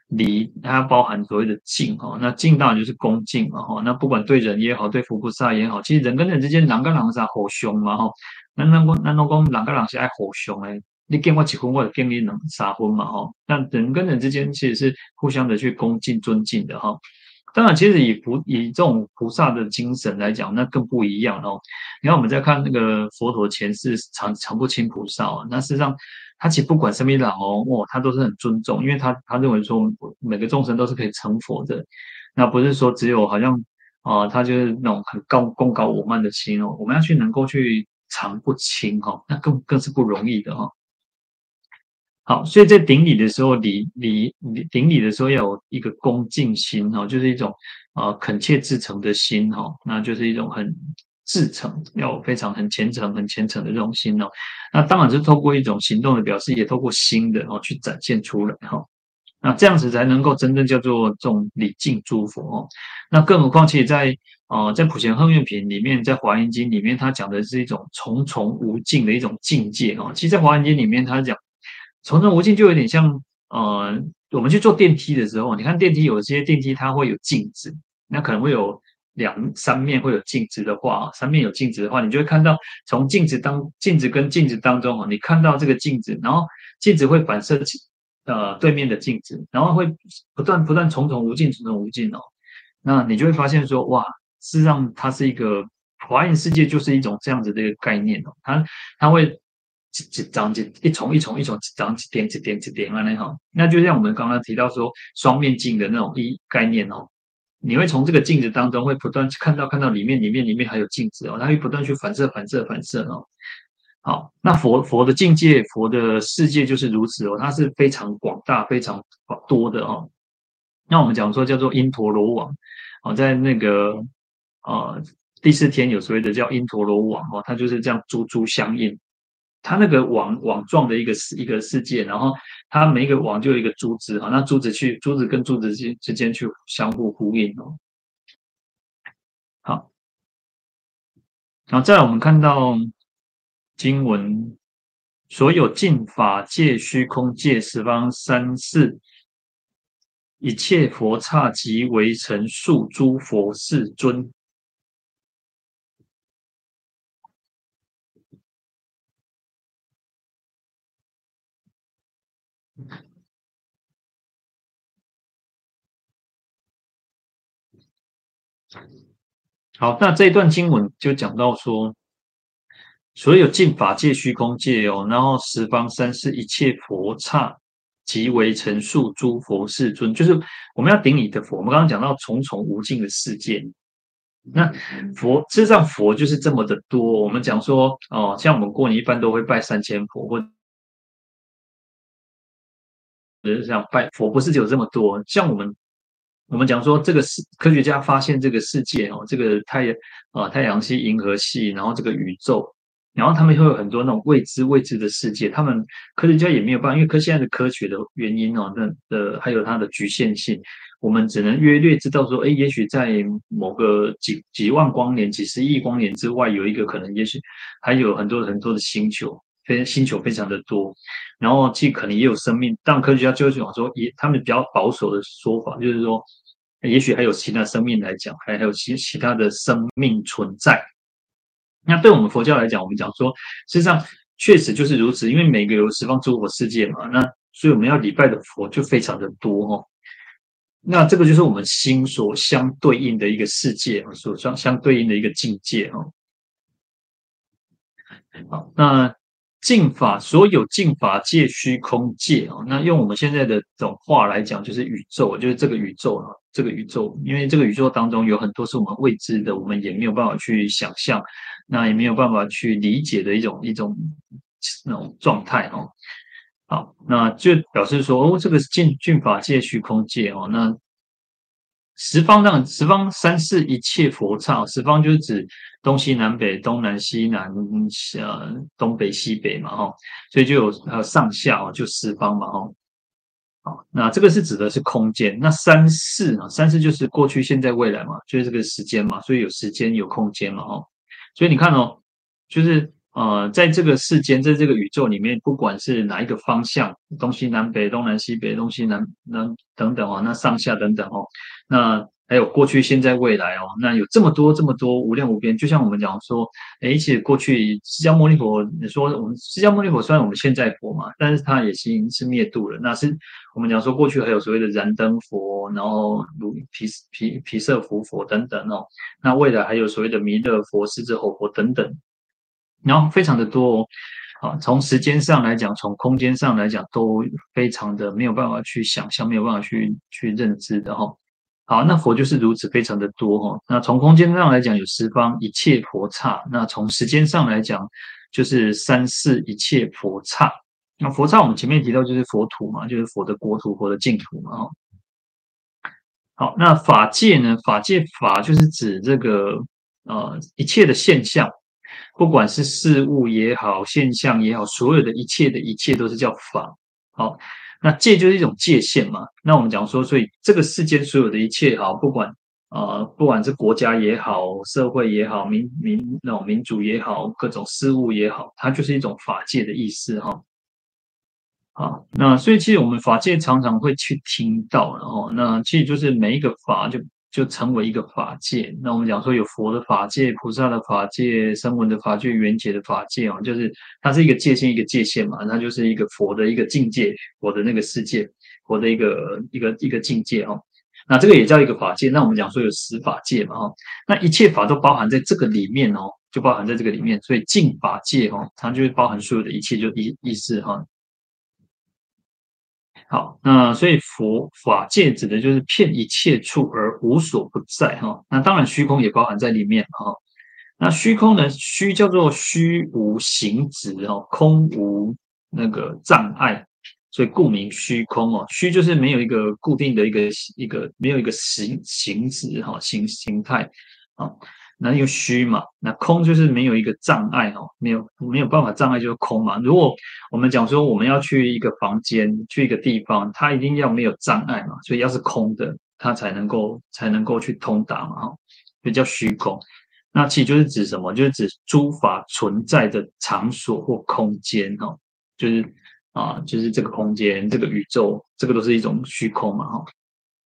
礼它包含所谓的敬哈，那敬当然就是恭敬嘛哈。那不管对人也好，对佛菩萨也好，其实人跟人之间，人跟人是互相嘛哈。咱拢讲人跟人是爱互相的，你敬我一分，我就敬你三分嘛哈。那人跟人之间其实是互相的去恭敬尊敬的哈。当然，其实以这种菩萨的精神来讲，那更不一样哦。你看我们在看那个佛陀前世常不轻菩萨哦，那事实上他其实不管什么人哦，他都是很尊重，因为他认为说每个众生都是可以成佛的，那不是说只有好像他就是那种很功高我慢的心哦，我们要去能够去常不轻哈，那更是不容易的哈。好，所以在顶礼的时候，顶礼的时候要有一个恭敬心哈，就是一种恳切至诚的心哈，那就是一种很至诚，要非常很虔诚、很虔诚的这种心哦。那当然是透过一种行动的表示，也透过心的去展现出来哈。那这样子才能够真正叫做这种礼敬诸佛哦。那更何况，其实在普贤横愿品里面，在华严经里面，它讲的是一种重重无尽的一种境界哦。其实，在华严经里面，它讲重重无尽就有点像我们去坐电梯的时候，你看电梯有些电梯它会有镜子，那可能会有三面会有镜子的话，三面有镜子的话，你就会看到从镜子跟镜子当中你看到这个镜子，然后镜子会反射对面的镜子，然后会不断重重无尽哦。那你就会发现说，哇，事实上它是一个华严世界，就是一种这样子的一个概念哦。它会一张一重一重一张一点啊那哈，那就像我们刚刚提到说双面镜的那种概念哦。你会从这个镜子当中会不断看到里面还有镜子哦，它会不断去反射哦。好，那佛的境界，佛的世界就是如此哦，它是非常广大、非常多的哦。那我们讲说叫做因陀罗网哦，在那个第四天有所谓的叫因陀罗网哦，它就是这样珠珠相应，它那个网状的一个世界，然后它每一个网就有一个珠子哈，那珠子跟珠子之间去相互呼应哦。好，然后再来我们看到经文，所有净法界、虚空界、十方三世，一切佛刹即为成数诸佛世尊。好，那这一段经文就讲到说，所有净法界、虚空界哦，然后十方三世一切佛刹，即为成数诸佛世尊，就是我们要顶礼的佛。我们刚刚讲到重重无尽的世界，那事实上佛就是这么的多。我们讲说像我们过年一般都会拜3000佛，或者是这样拜佛，不是只有这么多。像我们讲说，这个科学家发现这个世界这个太阳系、银河系，然后这个宇宙，然后他们会有很多那种未知的世界，他们科学家也没有办法，因为现在的科学的原因还有它的局限性，我们只能约略知道说，也许在某个几万光年、几十亿光年之外，有一个可能，也许还有很多的星球，星球非常的多。然后既可能也有生命，但科学家就会讲说，他们比较保守的说法就是说，也许还有其他生命来讲，还有其他的生命存在。那对我们佛教来讲，我们讲说，事实上确实就是如此，因为每个有十方诸佛世界嘛，那所以我们要礼拜的佛就非常的多哦。那这个就是我们心所相对应的一个世界，所相对应的一个境界哦。好，那所有净法界、虚空界那用我们现在的这种话来讲，就是宇宙，就是这个宇宙因为这个宇宙当中有很多是我们未知的，我们也没有办法去想象，那也没有办法去理解的一种那种状态哦。好，那就表示说这个净法界、虚空界那十方三世一切佛刹，十方就是指东西南北、东南西南、东北西北嘛所以就还有上下就十方嘛好，那这个是指的是空间。那三世就是过去、现在、未来嘛，就是这个时间嘛，所以有时间有空间嘛所以你看就是在这个世间，在这个宇宙里面，不管是哪一个方向，东西南北、东南西北、东西南等等哦，那上下等等哦，那还有过去、现在、未来哦，那有这么多这么多无量无边。就像我们讲说，其实过去释迦牟尼佛，你说我们释迦牟尼佛虽然我们现在佛嘛，但是他也已经是灭度了。那是我们讲说过去还有所谓的燃灯佛，然后如毗舍浮佛等等哦，那未来还有所谓的弥勒佛、狮子吼佛等等。然后非常的多哦，从时间上来讲，从空间上来讲，都非常的没有办法去想象，没有办法去认知的哈。好，那佛就是如此非常的多哈。那从空间上来讲，有十方一切佛刹；那从时间上来讲，就是三世一切佛刹。那佛刹我们前面提到就是佛土嘛，就是佛的国土、佛的净土嘛哈。好，那法界呢？法就是指这个一切的现象。不管是事物也好，现象也好，所有的一切的一切都是叫法。好，那界就是一种界限嘛。那我们讲说，所以这个世间所有的一切，好，不管是国家也好，社会也好，那种民主也好，各种事物也好，它就是一种法界的意思哈。好，那所以其实我们法界常常会去听到，然后那其实就是每一个法就成为一个法界。那我们讲说有佛的法界、菩萨的法界、声闻的法界、缘觉的法界哦，就是它是一个界限一个界限嘛，它就是一个佛的一个境界，佛的那个世界，佛的一个境界哦。那这个也叫一个法界。那我们讲说有十法界嘛哈，那一切法都包含在这个里面哦，就包含在这个里面，所以净法界哦，它就是包含所有的一切，就意思哈。好，那所以佛法界指的就是遍一切处而无所不在哈。那当然虚空也包含在里面哈。那虚空呢？虚叫做虚无形质哦，空无那个障碍，所以故名虚空哦。虚就是没有一个固定的没有一个形质哈，形态啊。那又虚嘛，那空就是没有一个障碍哦，没有办法障碍就是空嘛。如果我们讲说我们要去一个房间，去一个地方，它一定要没有障碍嘛，所以要是空的，它才能够去通达嘛，哈，就叫虚空。那其实就是指什么？就是指诸法存在的场所或空间，哈，就是这个空间、这个宇宙，这个都是一种虚空嘛，哈。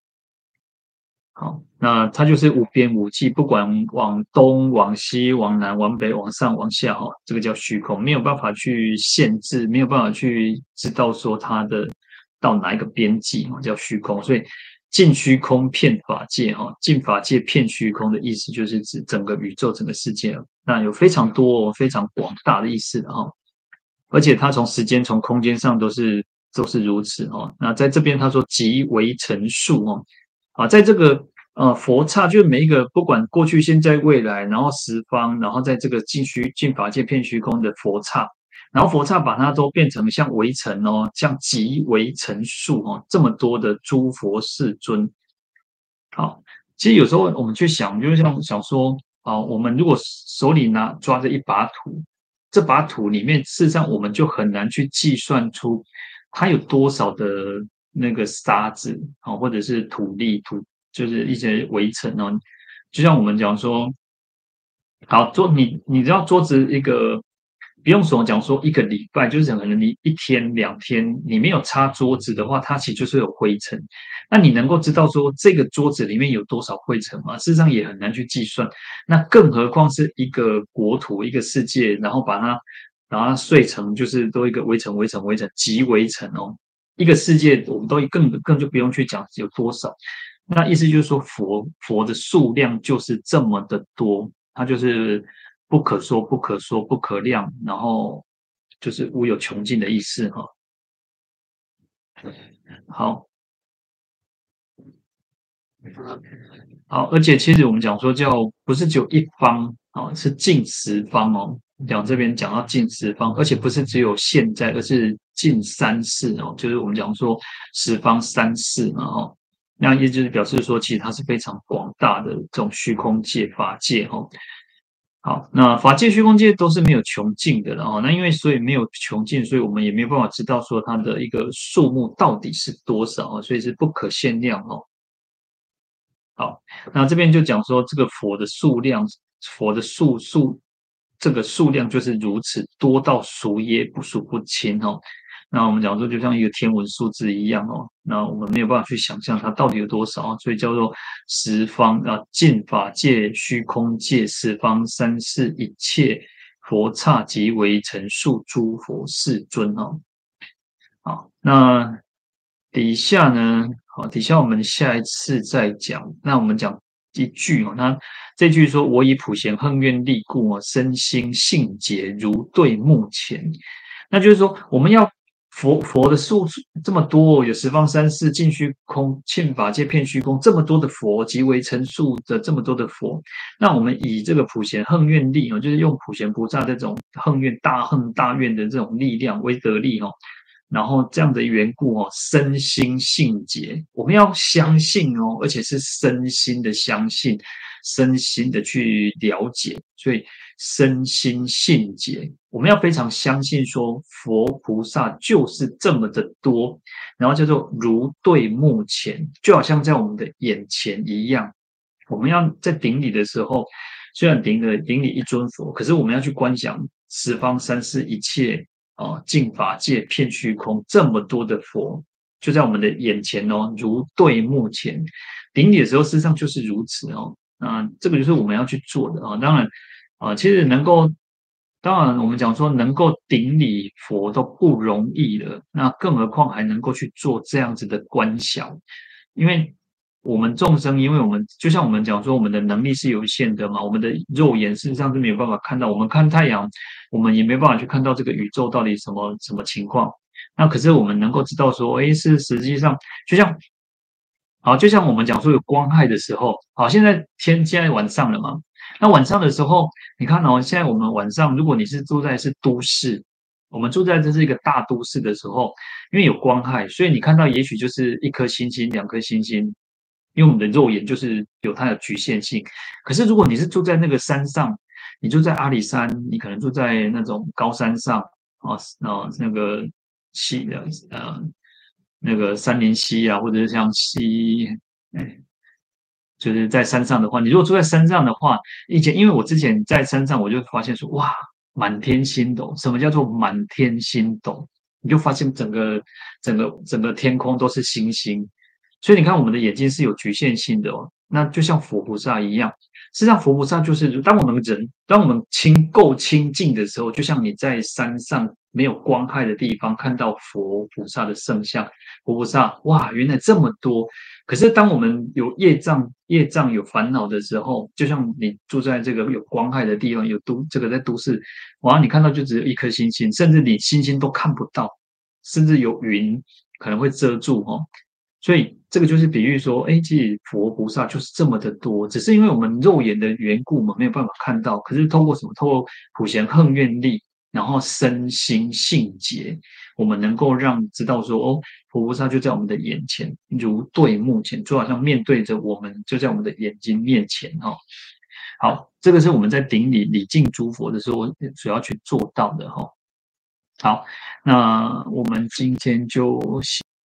好，那它就是无边无际，不管往东、往西、往南、往北、往上、往下，哦，这个叫虚空，没有办法去限制，没有办法去知道说它的到哪一个边际，哦，叫虚空。所以尽虚空遍法界，哦，尽法界遍虚空的意思就是指整个宇宙、整个世界，那有非常多、非常广大的意思的哈。而且它从时间、从空间上都是如此哦。那在这边他说即为成数哦。在这个佛刹，就是每一个不管过去、现在、未来，然后十方，然后在这个尽法界片虚空的佛刹，然后佛刹把它都变成像围城哦，像集围城数哦，这么多的诸佛世尊。好，其实有时候我们去想，就是像想说我们如果手里抓着一把土，这把土里面，事实上我们就很难去计算出它有多少的那个沙子或者是就是一些围城哦。就像我们讲说，好你知道桌子一个不用说讲说一个礼拜，就是可能你一天两天你没有擦桌子的话，它其实就是有灰尘。那你能够知道说这个桌子里面有多少灰尘吗？事实上也很难去计算。那更何况是一个国土、一个世界，然后把它碎成就是都一个围城、围城、围城、集围城哦。一个世界我们都更就不用去讲有多少。那意思就是说佛的数量就是这么的多。它就是不可说、不可说、不可量，然后就是无有穷尽的意思哈。好，好，而且其实我们讲说不是只有一方是近十方哦。讲这边讲到近十方，而且不是只有现在，而是近三世哦，就是我们讲说十方三世嘛哈。那也就是表示说，其实它是非常广大的这种虚空界、法界哈。好，那法界、虚空界都是没有穷尽的，然后那因为所以没有穷尽，所以我们也没有办法知道说它的一个数目到底是多少，所以是不可限量哦。好，那这边就讲说这个佛的数量，佛的数这个数量就是如此多到数也不数不清哦。那我们讲说，就像一个天文数字一样哦，那我们没有办法去想象它到底有多少，所以叫做十方啊，尽法界、虚空界、十方三世一切佛刹即为成数诸佛世尊哦。好，那底下呢？好，底下我们下一次再讲。那我们讲一句哦，那这句说：“我以普贤恒愿力故哦，身心性洁如对目前。”那就是说，我们要佛的数这么多，有十方三世、尽虚空、欠法界、遍虚空，这么多的佛，即为成数的这么多的佛。那我们以这个普贤恒愿力哦，就是用普贤菩萨这种恒愿大恒大愿的这种力量为得力哦。然后这样的缘故哦，身心性洁，我们要相信哦，而且是身心的相信，身心的去了解，所以身心性洁，我们要非常相信说佛菩萨就是这么的多，然后叫做如对目前，就好像在我们的眼前一样。我们要在顶礼的时候，虽然顶礼一尊佛，可是我们要去观想十方三世一切净法界遍虚空，这么多的佛就在我们的眼前哦，如对目前。顶礼的时候，事实上就是如此哦。这个就是我们要去做的啊。当然其实当然我们讲说能够顶礼佛都不容易了，那更何况还能够去做这样子的观想，因为我们众生，因为我们就像我们讲说，我们的能力是有限的嘛，我们的肉眼事实上是没有办法看到。我们看太阳，我们也没办法去看到这个宇宙到底什么情况。那可是我们能够知道说，是实际上就像我们讲说有光害的时候，好，现在晚上了嘛，那晚上的时候，你看哦，现在我们晚上，如果你是住在都市，我们住在这是一个大都市的时候，因为有光害，所以你看到也许就是一颗星星、两颗星星。因为我们的肉眼就是有它的局限性。可是如果你是住在那个山上，你住在阿里山，你可能住在那种高山上那个那个三林溪啊，或者是像就是在山上的话，你如果住在山上的话，因为我之前在山上，我就发现说，哇，满天星斗。什么叫做满天星斗？你就发现整个天空都是星星。所以你看，我们的眼睛是有局限性的哦。那就像佛菩萨一样，事实上佛菩萨就是当我们够清净的时候，就像你在山上没有光害的地方看到佛菩萨的圣像，佛菩萨哇，原来这么多。可是当我们有业障有烦恼的时候，就像你住在这个有光害的地方，这个在都市，哇，你看到就只有一颗星星，甚至你星星都看不到，甚至有云可能会遮住哦。所以这个就是比喻说，其实佛菩萨就是这么的多，只是因为我们肉眼的缘故，我们没有办法看到。可是透过什么？透过普贤恒愿力，然后身心性洁，我们能够知道说，佛菩萨就在我们的眼前，如对目前，就好像面对着我们，就在我们的眼睛面前哦。好，这个是我们在顶礼敬诸佛的时候所要去做到的哈。好，那我们今天就